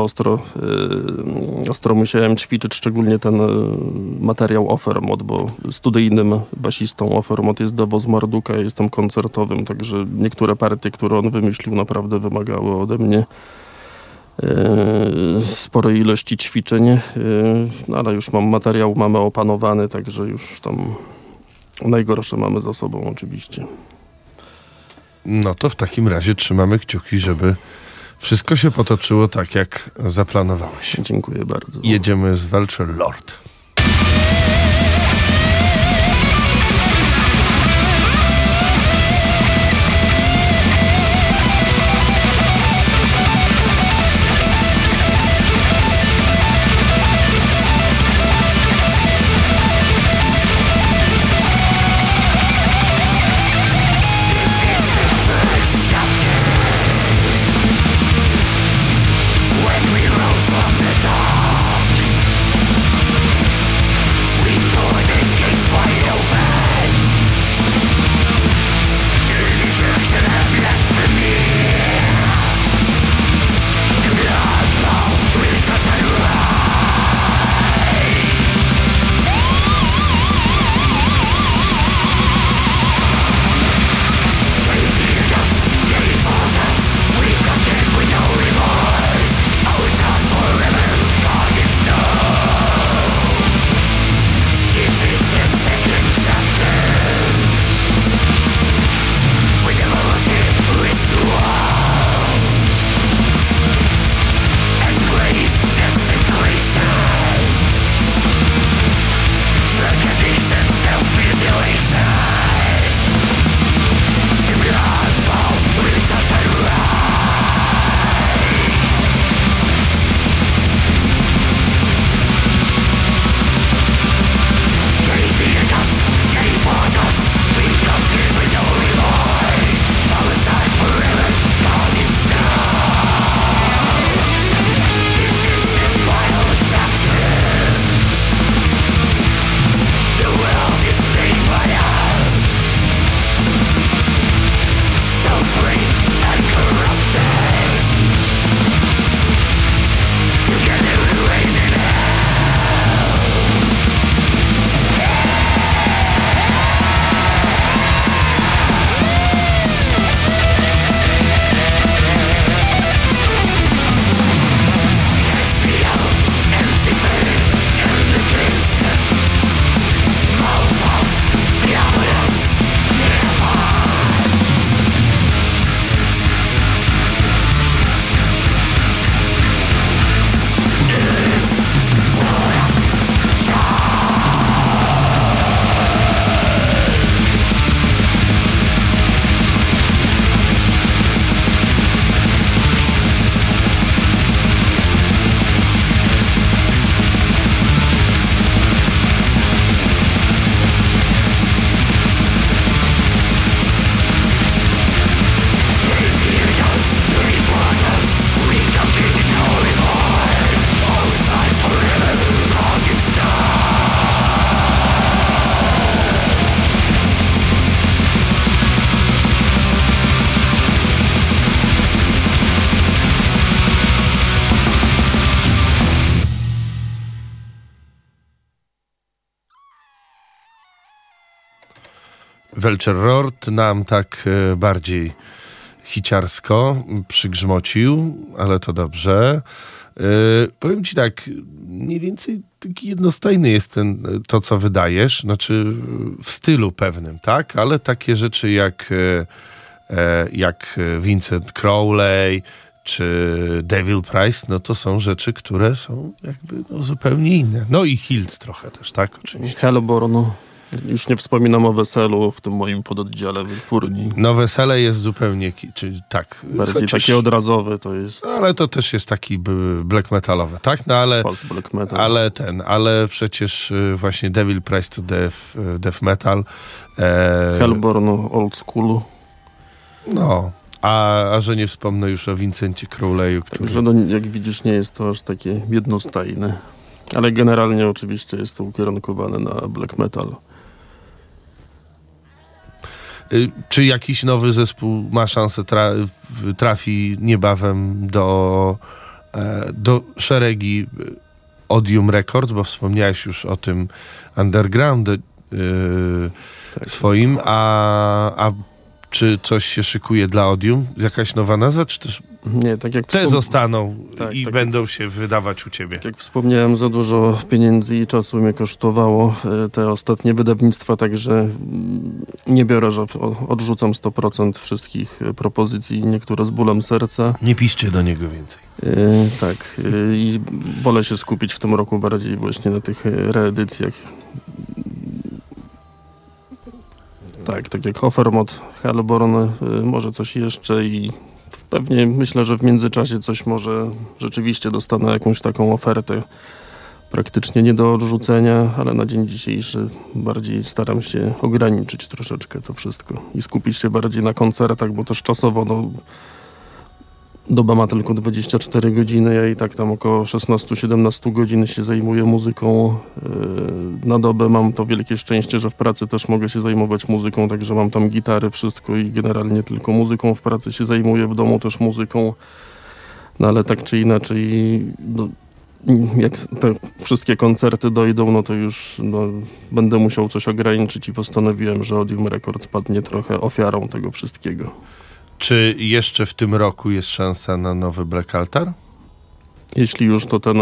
ostro musiałem ćwiczyć, szczególnie ten materiał Offermod, bo studyjnym basistą Offermod jest Davos Marduka, ja jestem koncertowym, także niektóre partie, które on wymyślił, naprawdę wymagały ode mnie sporej ilości ćwiczeń, no ale już materiał mamy opanowany, także już tam najgorsze mamy za sobą oczywiście. No to w takim razie trzymamy kciuki, żeby wszystko się potoczyło tak, jak zaplanowałeś. Dziękuję bardzo. Jedziemy z Vulture Lord. Vulture Lord nam tak bardziej hiciarsko przygrzmocił, ale to dobrze. Powiem ci tak, mniej więcej taki jednostajny jest to, co wydajesz, znaczy w stylu pewnym, tak? Ale takie rzeczy jak Vincent Crowley czy Devil Price, no to są rzeczy, które są jakby zupełnie inne. No i Hild trochę też, tak? Oczywiście. Hellborn. Już nie wspominam o Weselu w tym moim pododdziale w Furni. No Wesele jest zupełnie, czyli tak. Bardziej takie odrazowe to jest. Ale to też jest taki black metalowy, tak? No ale, post-black metal. Ale przecież właśnie Devil Price to death metal. Hellborn old school. No, a że nie wspomnę już o Vincencie Crowleyu, który... Także no, jak widzisz, nie jest to aż takie jednostajne. Ale generalnie oczywiście jest to ukierunkowane na black metal. Czy jakiś nowy zespół ma szansę trafi niebawem do szeregi Odium Records, bo wspomniałeś już o tym underground swoim, a Czy coś się szykuje dla Odium? Jakaś nowa nazwa, czy też Nie, tak jak te zostaną Tak, i tak będą się wydawać u ciebie? Tak jak wspomniałem, za dużo pieniędzy i czasu mnie kosztowało te ostatnie wydawnictwa, także nie biorę, że odrzucam 100% wszystkich propozycji, niektóre z bólem serca. Nie piszcie do niego więcej. Tak, i wolę się skupić w tym roku bardziej właśnie na tych reedycjach. Tak jak Offermod, Hellborn, może coś jeszcze i pewnie myślę, że w międzyczasie coś może rzeczywiście dostanę jakąś taką ofertę praktycznie nie do odrzucenia, ale na dzień dzisiejszy bardziej staram się ograniczyć troszeczkę to wszystko i skupić się bardziej na koncertach, bo też czasowo doba ma tylko 24 godziny, ja i tak tam około 16-17 godzin się zajmuję muzyką na dobę. Mam to wielkie szczęście, że w pracy też mogę się zajmować muzyką, także mam tam gitary, wszystko i generalnie tylko muzyką w pracy się zajmuję, w domu też muzyką, no ale tak czy inaczej jak te wszystkie koncerty dojdą, to już będę musiał coś ograniczyć i postanowiłem, że Odium Records padnie trochę ofiarą tego wszystkiego. Czy jeszcze w tym roku jest szansa na nowy Black Altar? Jeśli już, to ta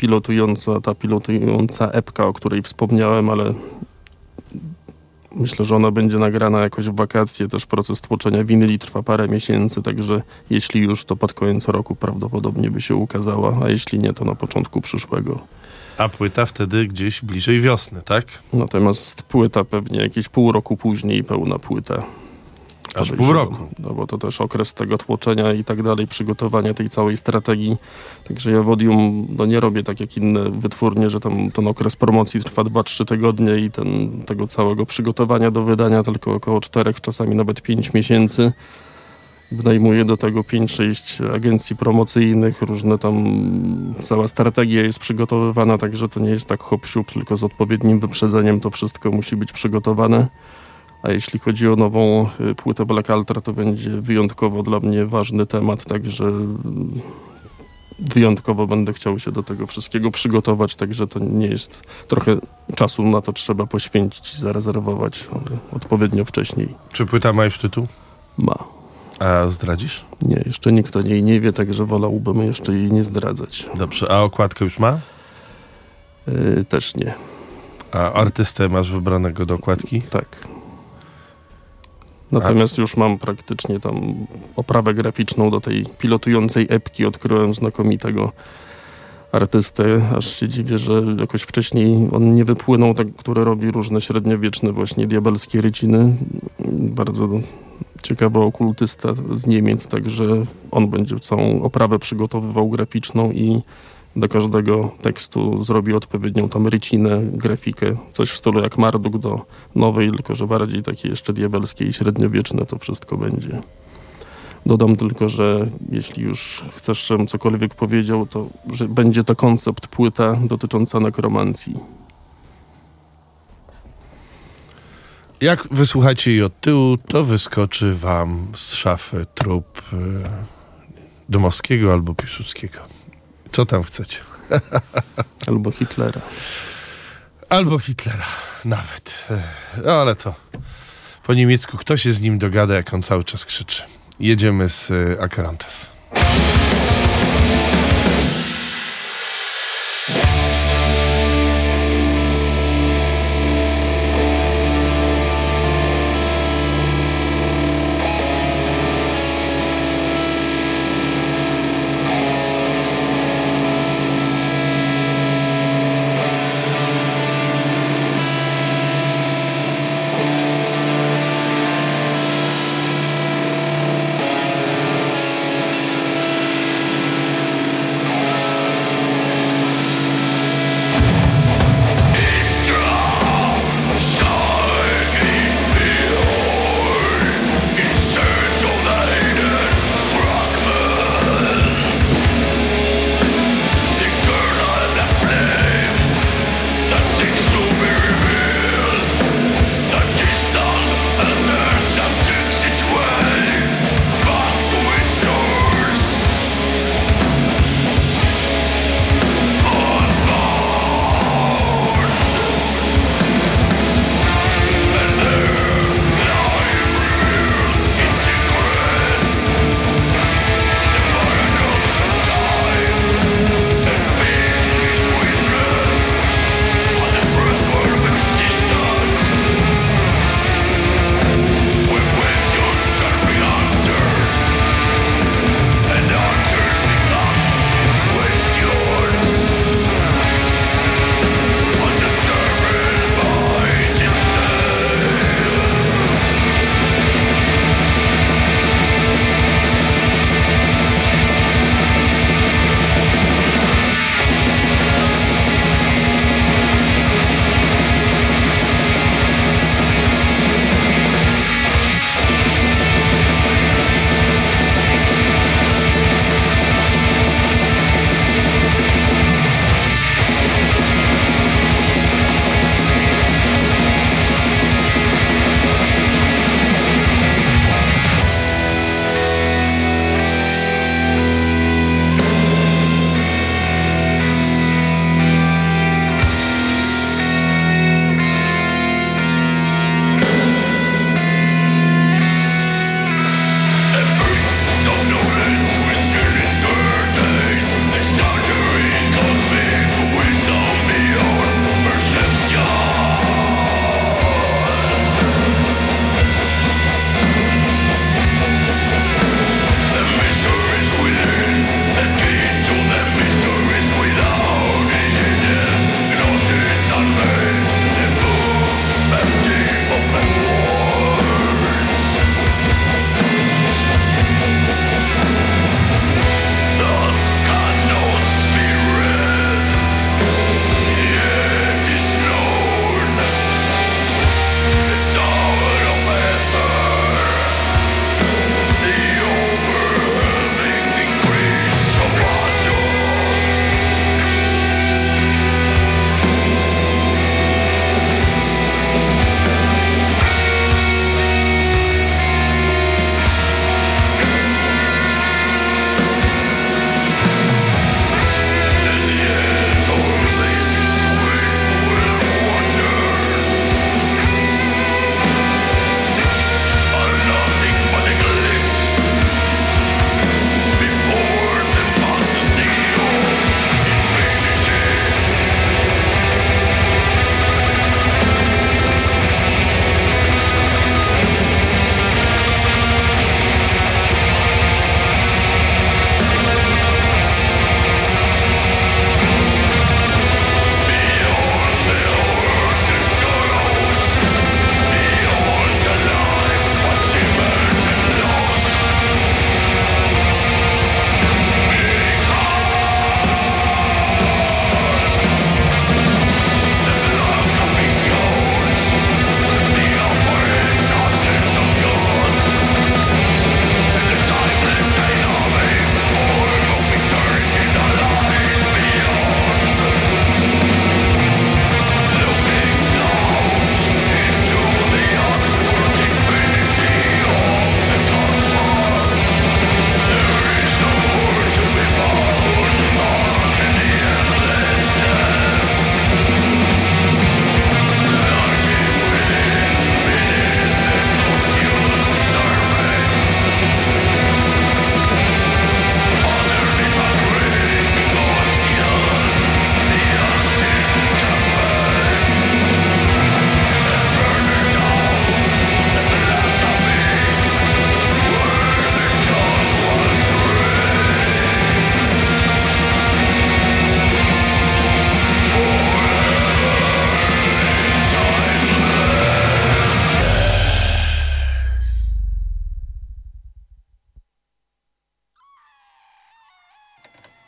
pilotująca epka, o której wspomniałem, ale myślę, że ona będzie nagrana jakoś w wakacje. Też proces tłoczenia winyli trwa parę miesięcy, także jeśli już, to pod koniec roku prawdopodobnie by się ukazała, a jeśli nie, to na początku przyszłego. A płyta wtedy gdzieś bliżej wiosny, tak? Natomiast płyta pewnie jakieś pół roku później, pełna płyta. Aż pół roku. No bo to też okres tego tłoczenia i tak dalej, przygotowania tej całej strategii. Także ja w Odium nie robię tak jak inne wytwórnie, że tam ten okres promocji trwa 2-3 tygodnie i tego całego przygotowania do wydania tylko około 4, czasami nawet 5 miesięcy. Wynajmuję do tego 5-6 agencji promocyjnych, różne tam, cała strategia jest przygotowywana, także to nie jest tak hop-siup, tylko z odpowiednim wyprzedzeniem to wszystko musi być przygotowane. A jeśli chodzi o nową płytę Black Altar, to będzie wyjątkowo dla mnie ważny temat, także wyjątkowo będę chciał się do tego wszystkiego przygotować, także to nie jest, trochę czasu na to trzeba poświęcić i zarezerwować odpowiednio wcześniej. Czy płyta ma już tytuł? Ma. A zdradzisz? Nie, jeszcze nikt o niej nie wie, także wolałbym jeszcze jej nie zdradzać. Dobrze, a okładkę już ma? Też nie. A artystę masz wybranego do okładki? Tak. Natomiast już mam praktycznie tam oprawę graficzną do tej pilotującej epki. Odkryłem znakomitego artystę. Aż się dziwię, że jakoś wcześniej on nie wypłynął, tak, który robi różne średniowieczne właśnie diabelskie ryciny. Bardzo ciekawy okultysta z Niemiec, także on będzie całą oprawę przygotowywał graficzną i do każdego tekstu zrobi odpowiednią tam rycinę, grafikę, coś w stylu jak Marduk do nowej, tylko że bardziej takie jeszcze diabelskie i średniowieczne to wszystko będzie. Dodam tylko, że jeśli już chcesz, żebym cokolwiek powiedział, to że będzie to koncept płyta dotycząca nekromancji. Jak wysłuchacie jej od tyłu, to wyskoczy wam z szafy trup Dmowskiego albo Piłsudskiego. Co tam chcecie? Albo Hitlera. Albo Hitlera, nawet. No ale to po niemiecku kto się z nim dogada, jak on cały czas krzyczy. Jedziemy z Acherontes.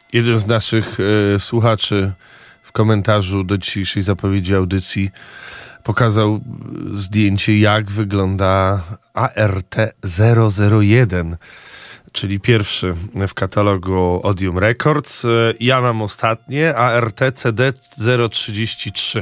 Jeden z naszych słuchaczy w komentarzu do dzisiejszej zapowiedzi audycji pokazał zdjęcie, jak wygląda ART 001, czyli pierwszy w katalogu Odium Records. Ja mam ostatnie, ART CD 033.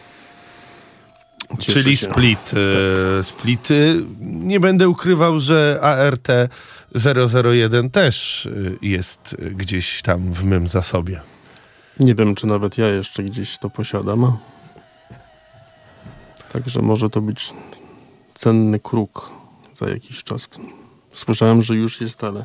Cieszę Czyli się. split. Tak. Splity. Nie będę ukrywał, że ART 001 też jest gdzieś tam w mym zasobie. Nie wiem, czy nawet ja jeszcze gdzieś to posiadam. Także może to być cenny kruk za jakiś czas. Słyszałem, że już jest, ale...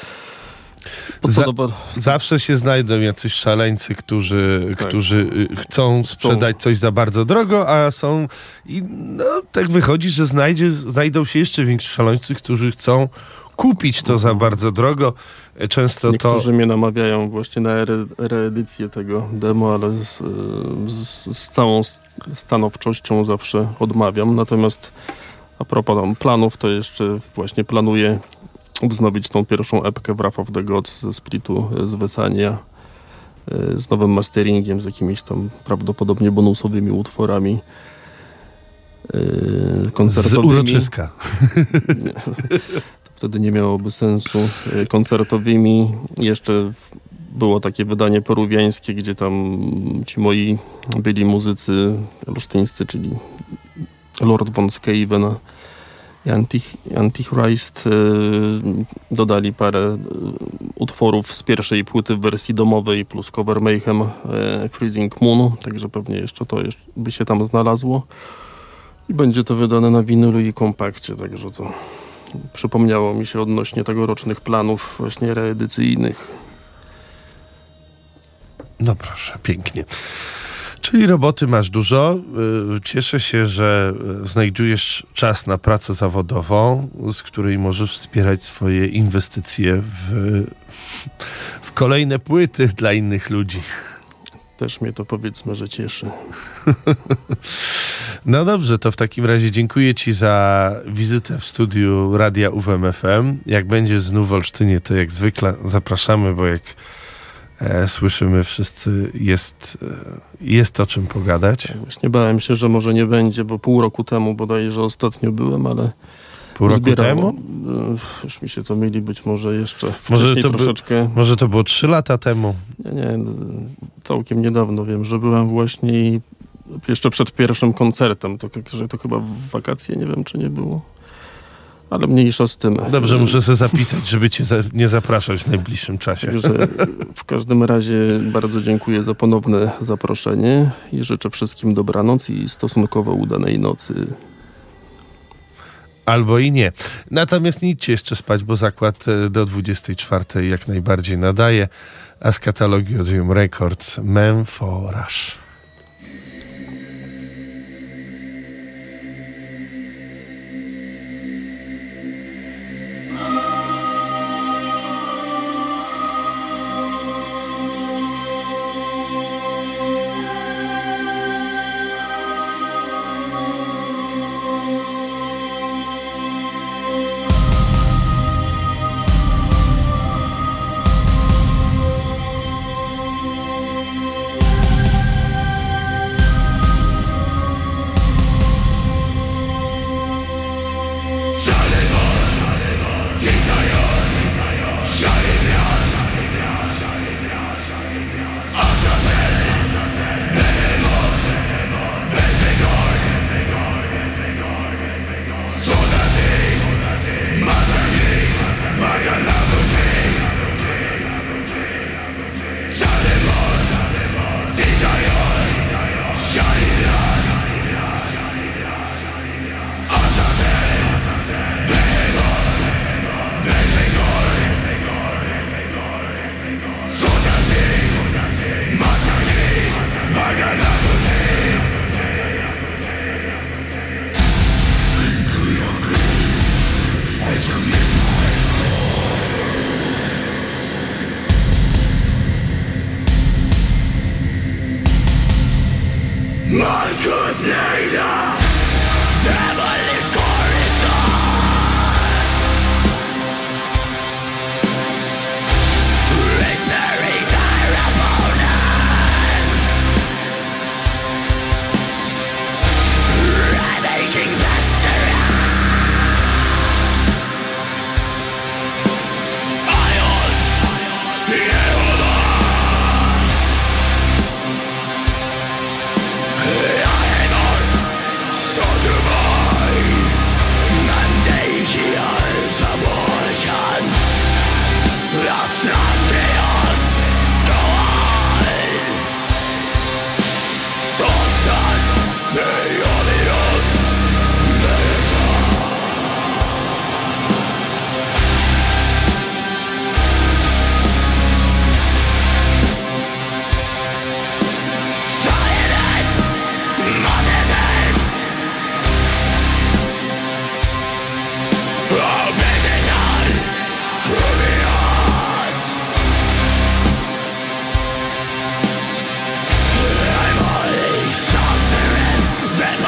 Zawsze się znajdą jacyś szaleńcy, którzy chcą sprzedać coś za bardzo drogo, a są... I no, tak wychodzi, że znajdą się jeszcze więksi szaleńcy, którzy chcą kupić to za bardzo drogo. Często Niektórzy mnie namawiają właśnie na reedycję tego demo, ale z całą stanowczością zawsze odmawiam. Natomiast a propos planów, to jeszcze właśnie planuję wznowić tą pierwszą epkę Wrath of the Gods ze splitu z Wysania z nowym masteringiem, z jakimiś tam prawdopodobnie bonusowymi utworami koncertowymi. Z uroczyska. To wtedy nie miałoby sensu. Koncertowymi. Jeszcze było takie wydanie peruwiańskie, gdzie tam ci moi byli muzycy olsztyńscy, czyli Lord von Skeven i Antichrist, dodali parę utworów z pierwszej płyty w wersji domowej plus cover Mayhem Freezing Moon, także pewnie jeszcze to by się tam znalazło i będzie to wydane na winylu i kompakcie, także to przypomniało mi się odnośnie tegorocznych planów właśnie reedycyjnych. No proszę, pięknie. Czyli roboty masz dużo. Cieszę się, że znajdujesz czas na pracę zawodową, z której możesz wspierać swoje inwestycje w kolejne płyty dla innych ludzi. Też mnie to powiedzmy, że cieszy. No dobrze, to w takim razie dziękuję Ci za wizytę w studiu Radia UWM-FM. Jak będzie znów w Olsztynie, to jak zwykle zapraszamy, bo jak słyszymy wszyscy, jest o czym pogadać. Tak, właśnie bałem się, że może nie będzie, bo pół roku temu bodajże ostatnio byłem, ale Pół roku temu? Już mi się to myli, być może jeszcze wcześniej troszeczkę. Może to było 3 lata temu? Nie, całkiem niedawno wiem, że byłem właśnie i jeszcze przed pierwszym koncertem, że to chyba w wakacje, nie wiem czy nie było. Ale mniejsza z tym. Dobrze, muszę sobie zapisać, żeby Cię nie zapraszać w najbliższym czasie. Także w każdym razie bardzo dziękuję za ponowne zaproszenie i życzę wszystkim dobranoc i stosunkowo udanej nocy. Albo i nie. Natomiast nie idźcie jeszcze spać, bo zakład do 24 jak najbardziej nadaje, a z katalogii Odium Records Memphorage. Ignorance That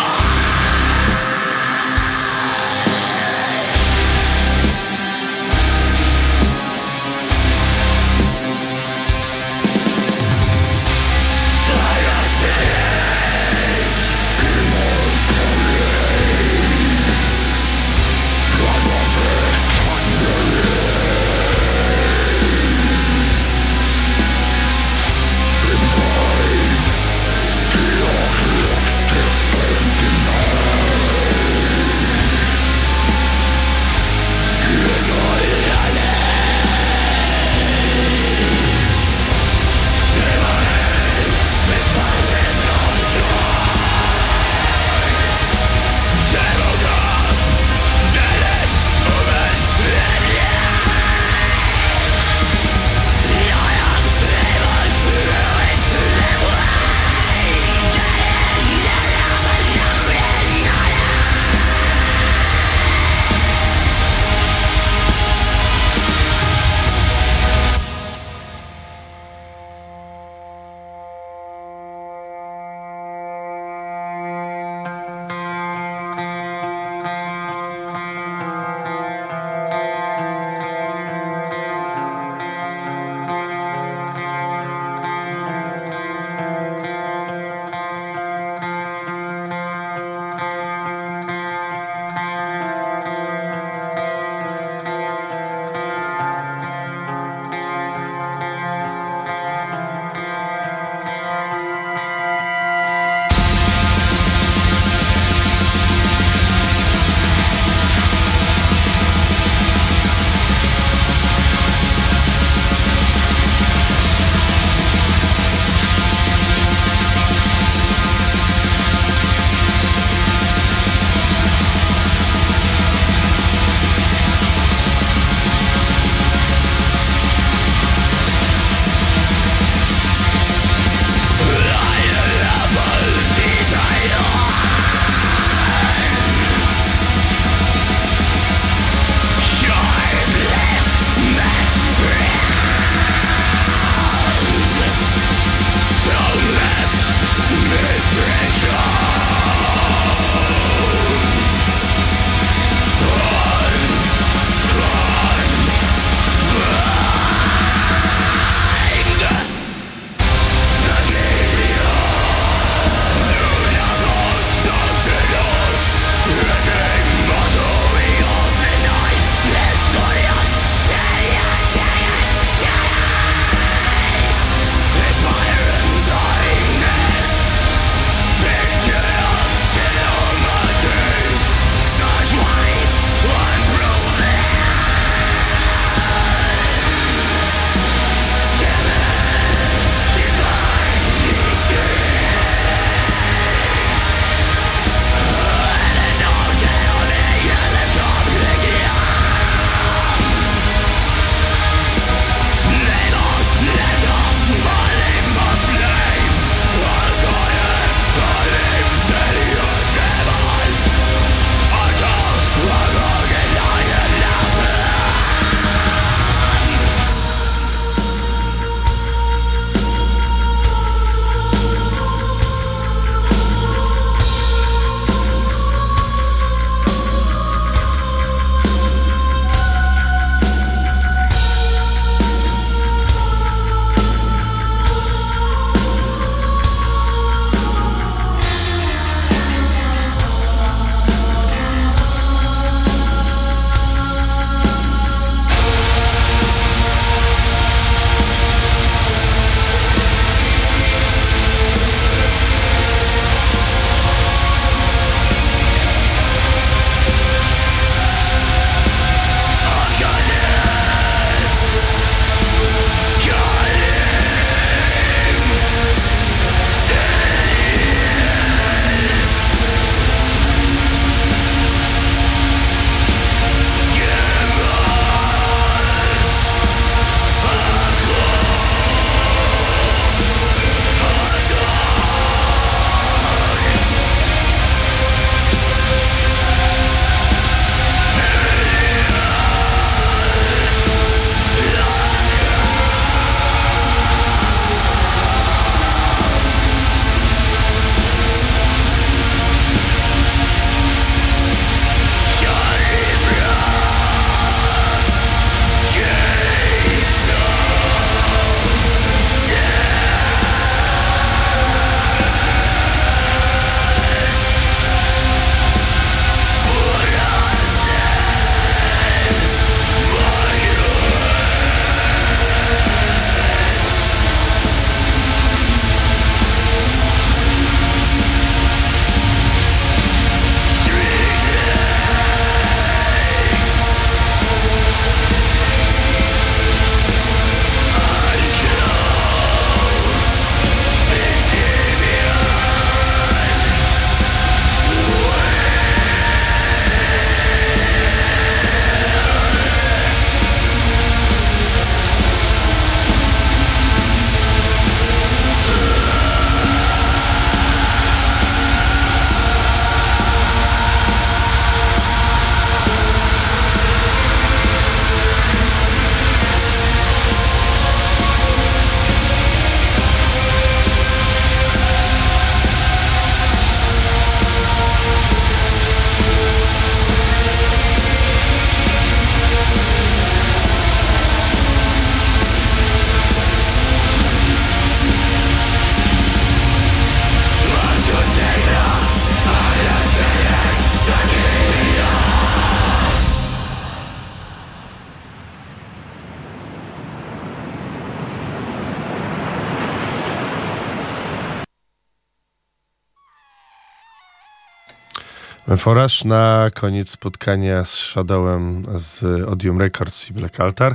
Meforaż na koniec spotkania z Shadowem z Odium Records i Black Altar.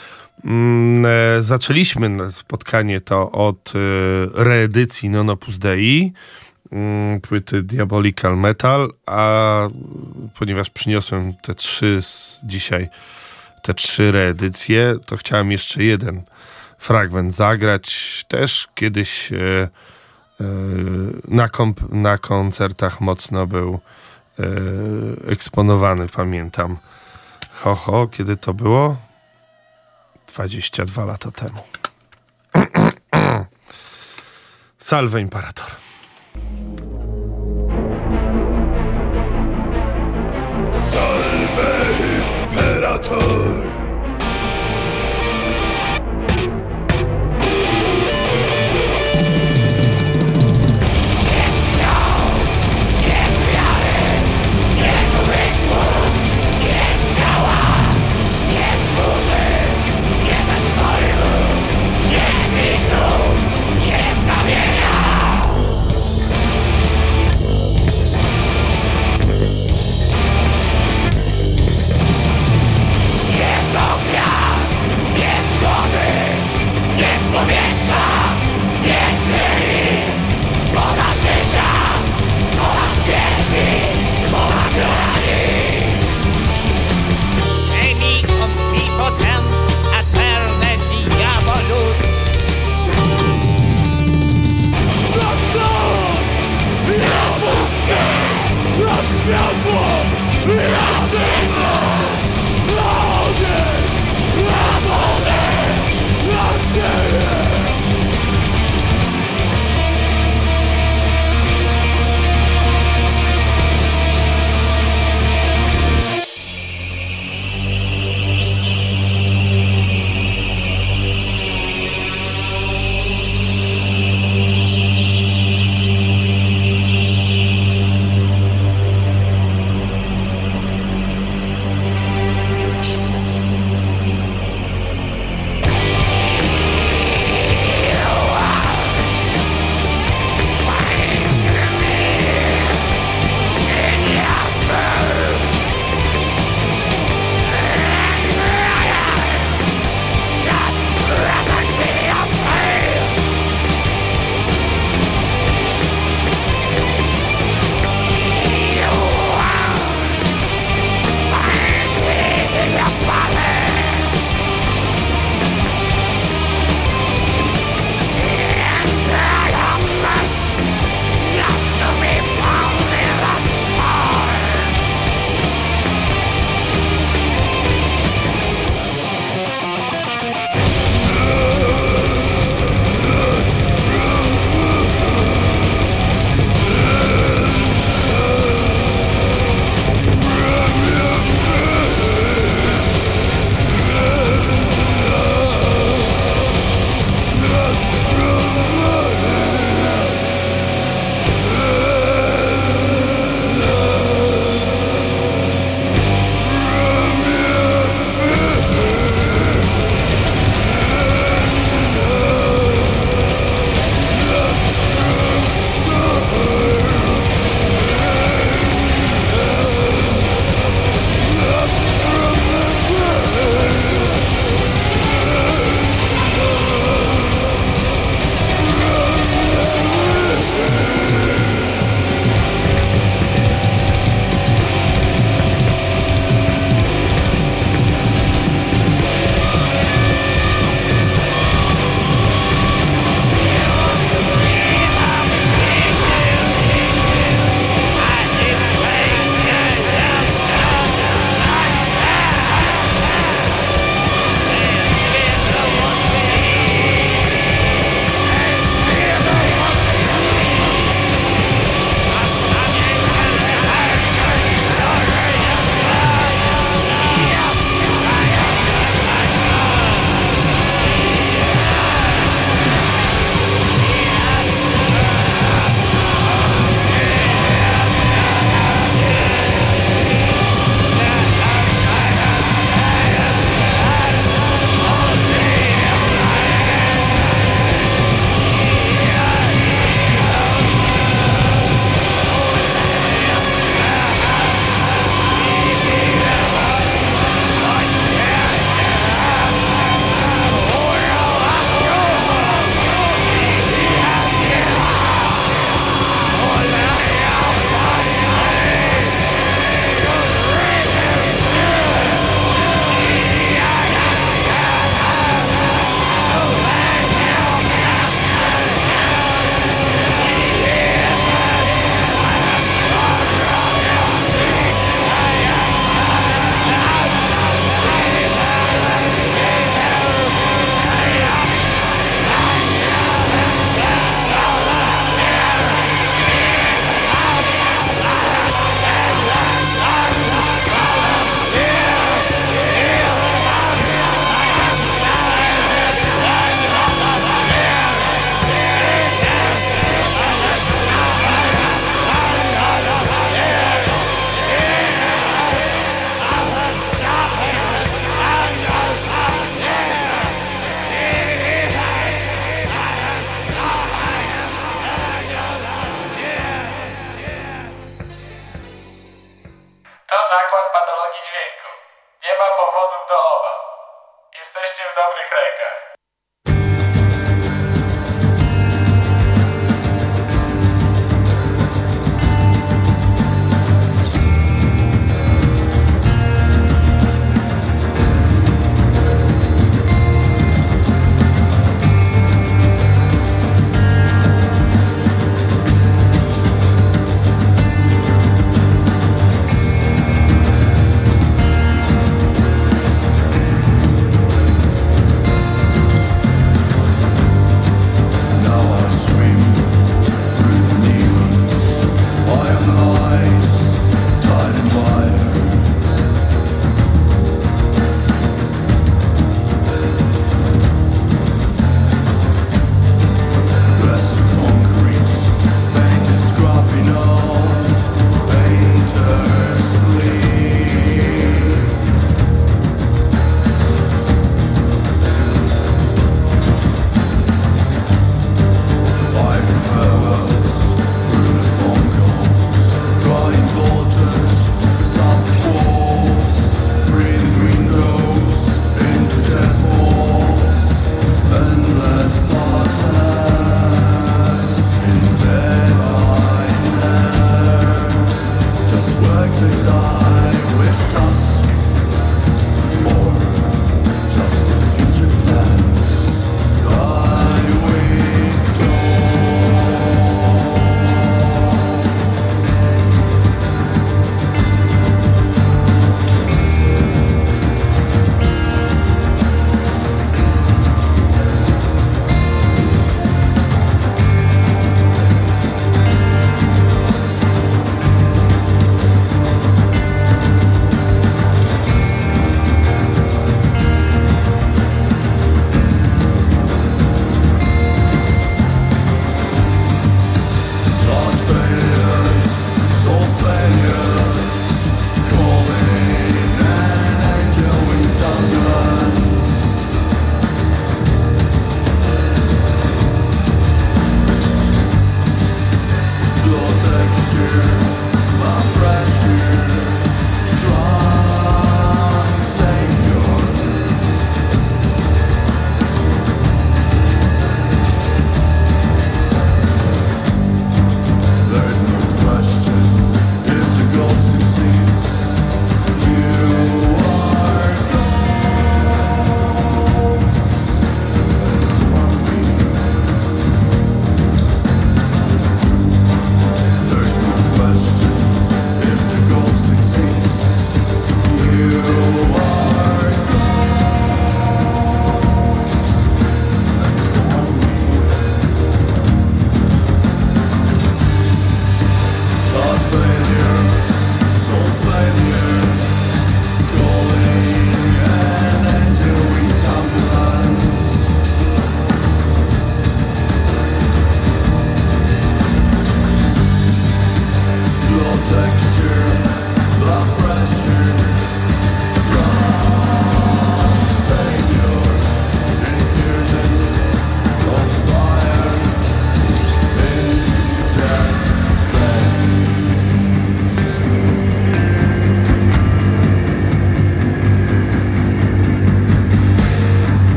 Zaczęliśmy spotkanie to od reedycji Non Opus Dei, płyty Diabolical Metal, a ponieważ przyniosłem dzisiaj te 3 reedycje, to chciałem jeszcze jeden fragment zagrać. Też kiedyś na koncertach mocno był eksponowany, pamiętam. Kiedy to było? 22 lata temu. Salve Imperator. Salve Imperator!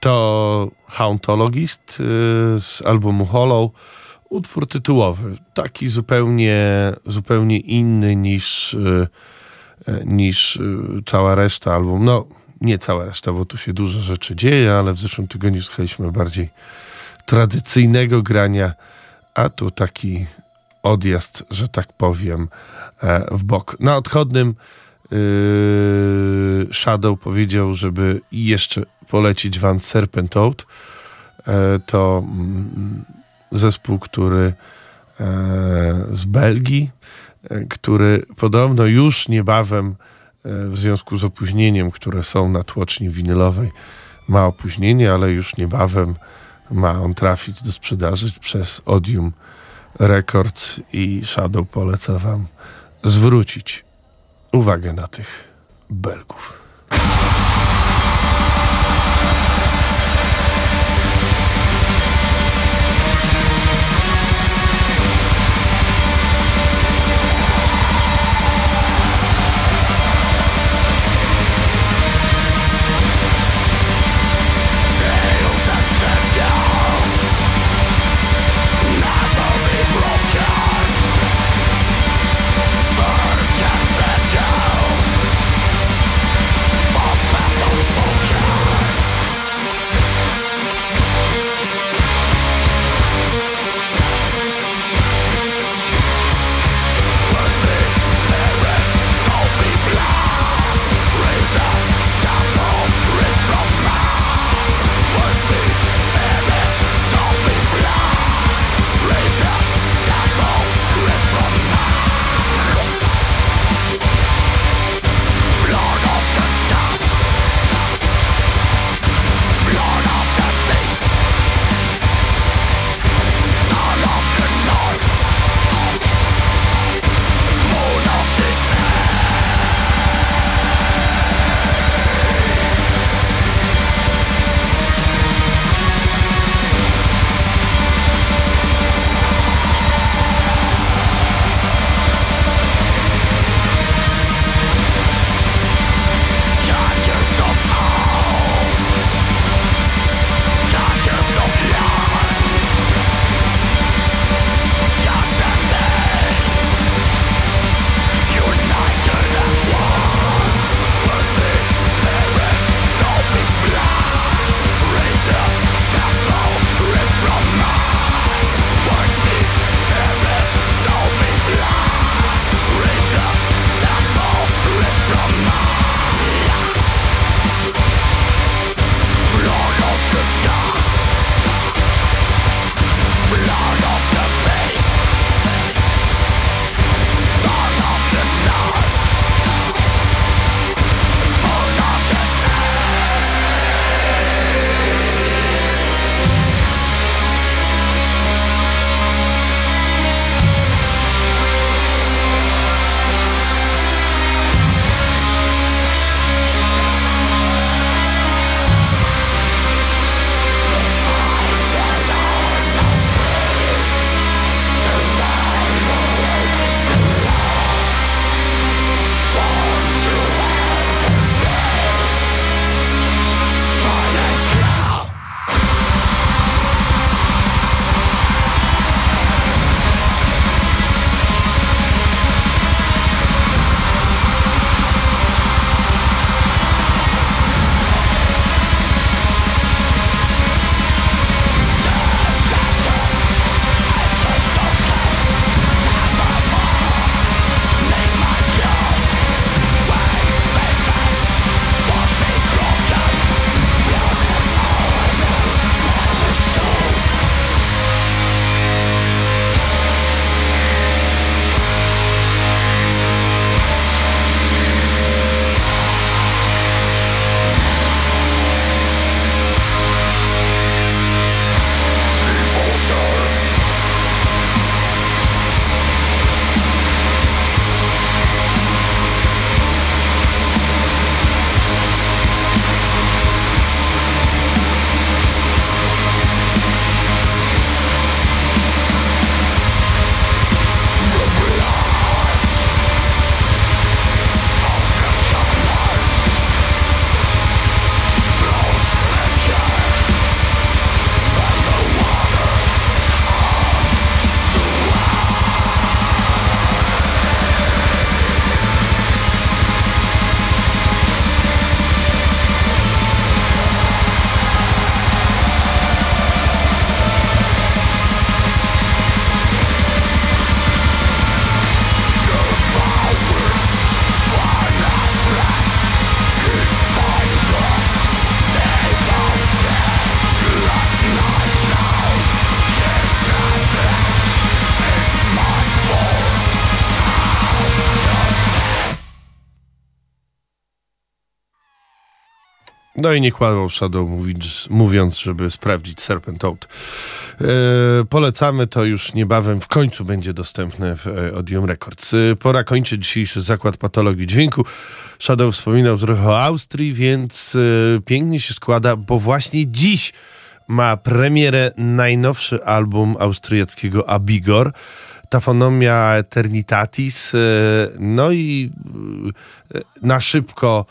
To Hauntologist z albumu Hollow. Utwór tytułowy, taki zupełnie inny niż cała reszta album. No, nie cała reszta, bo tu się dużo rzeczy dzieje, ale w zeszłym tygodniu słuchaliśmy bardziej tradycyjnego grania, a tu taki odjazd, że tak powiem, w bok. Na odchodnym Shadow powiedział, żeby jeszcze polecić Van Serpentout. To zespół, który z Belgii, który podobno już niebawem w związku z opóźnieniem, które są na tłoczni winylowej, ma opóźnienie, ale już niebawem ma on trafić do sprzedaży przez Odium Records i Shadow poleca wam zwrócić uwagę na tych Belgów. Burn No i nie kłamał Shadow mówiąc, żeby sprawdzić Serpent-Out. Polecamy to już niebawem, w końcu będzie dostępne w Odeon Records. Pora kończyć dzisiejszy zakład patologii dźwięku. Shadow wspominał trochę o Austrii, więc pięknie się składa, bo właśnie dziś ma premierę najnowszy album austriackiego Abigor, Taphonomia Eternitatis. No i na szybko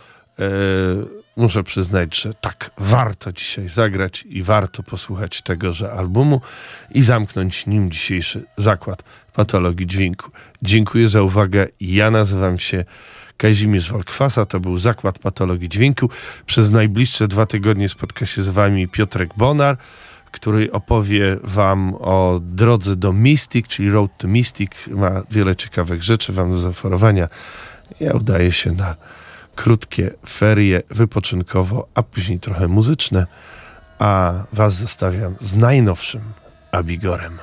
muszę przyznać, że tak, warto dzisiaj zagrać i warto posłuchać tegoże albumu i zamknąć nim dzisiejszy zakład patologii dźwięku. Dziękuję za uwagę. Ja nazywam się Kazimierz Walkwasa. To był zakład patologii dźwięku. Przez najbliższe 2 tygodnie spotka się z wami Piotrek Bonar, który opowie wam o drodze do Mystic, czyli Road to Mystic. Ma wiele ciekawych rzeczy wam do zaoferowania. Ja udaję się na krótkie ferie wypoczynkowo, a później trochę muzyczne, a was zostawiam z najnowszym Abigorem.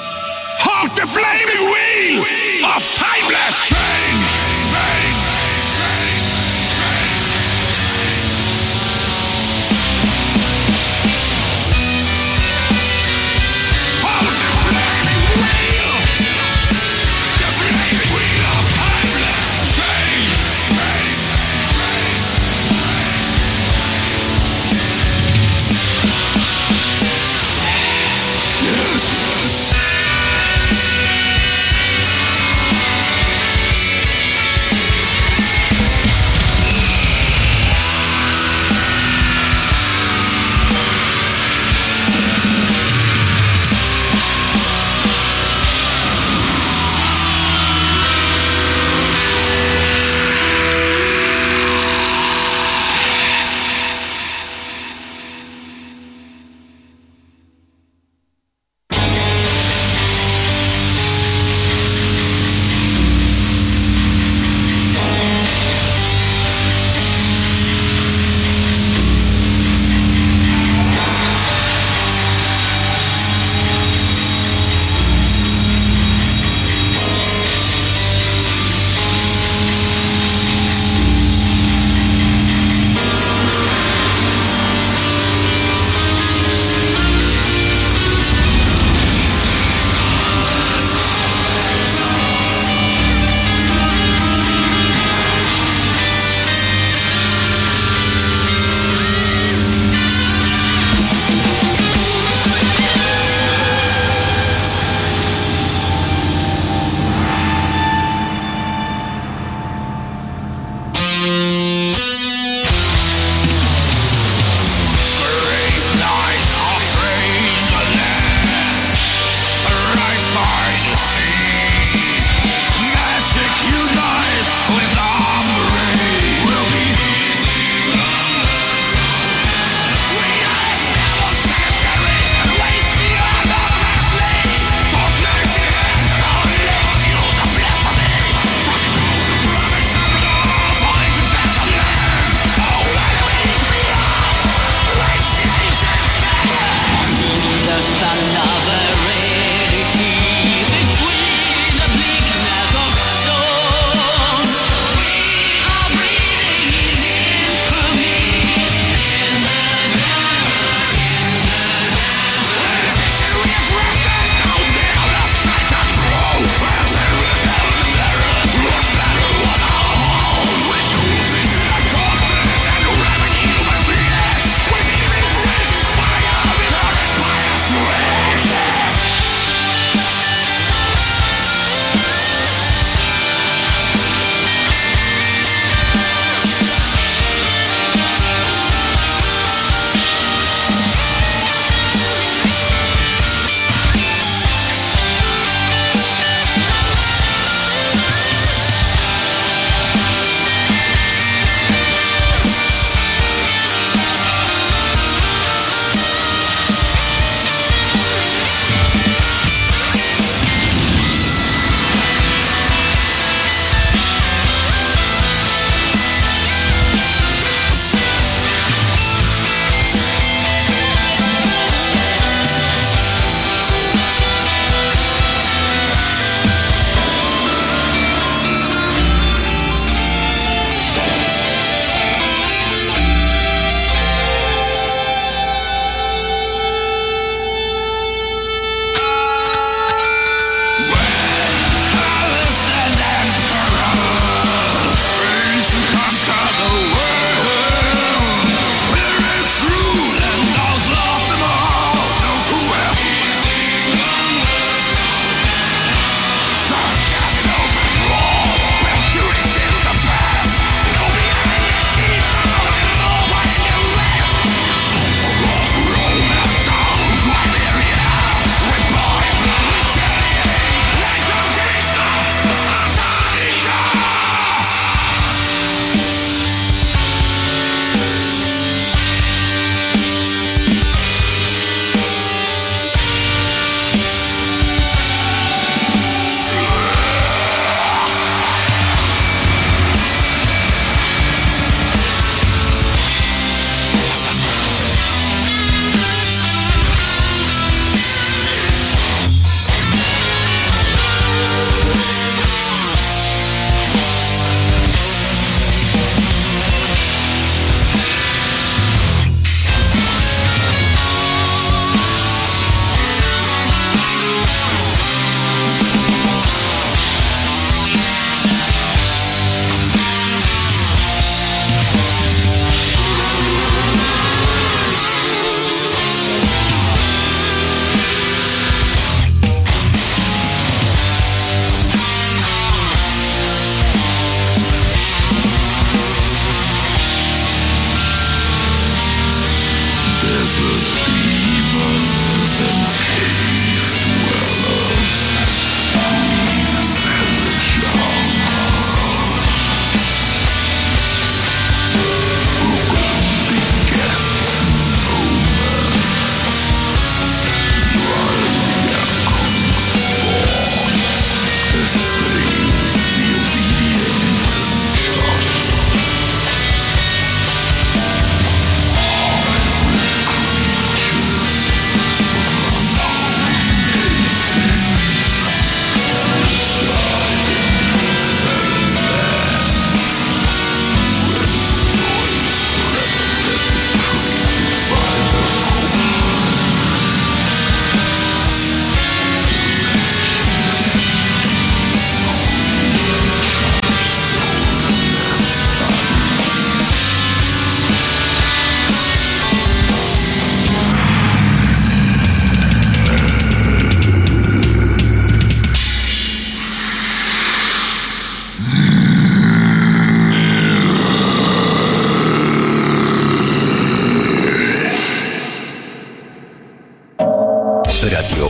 the flaming wheel of timeless change.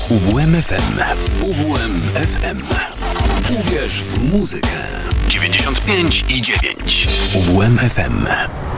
UWMFM. UWMFM. Uwierz w muzykę. 95,9. UWMFM.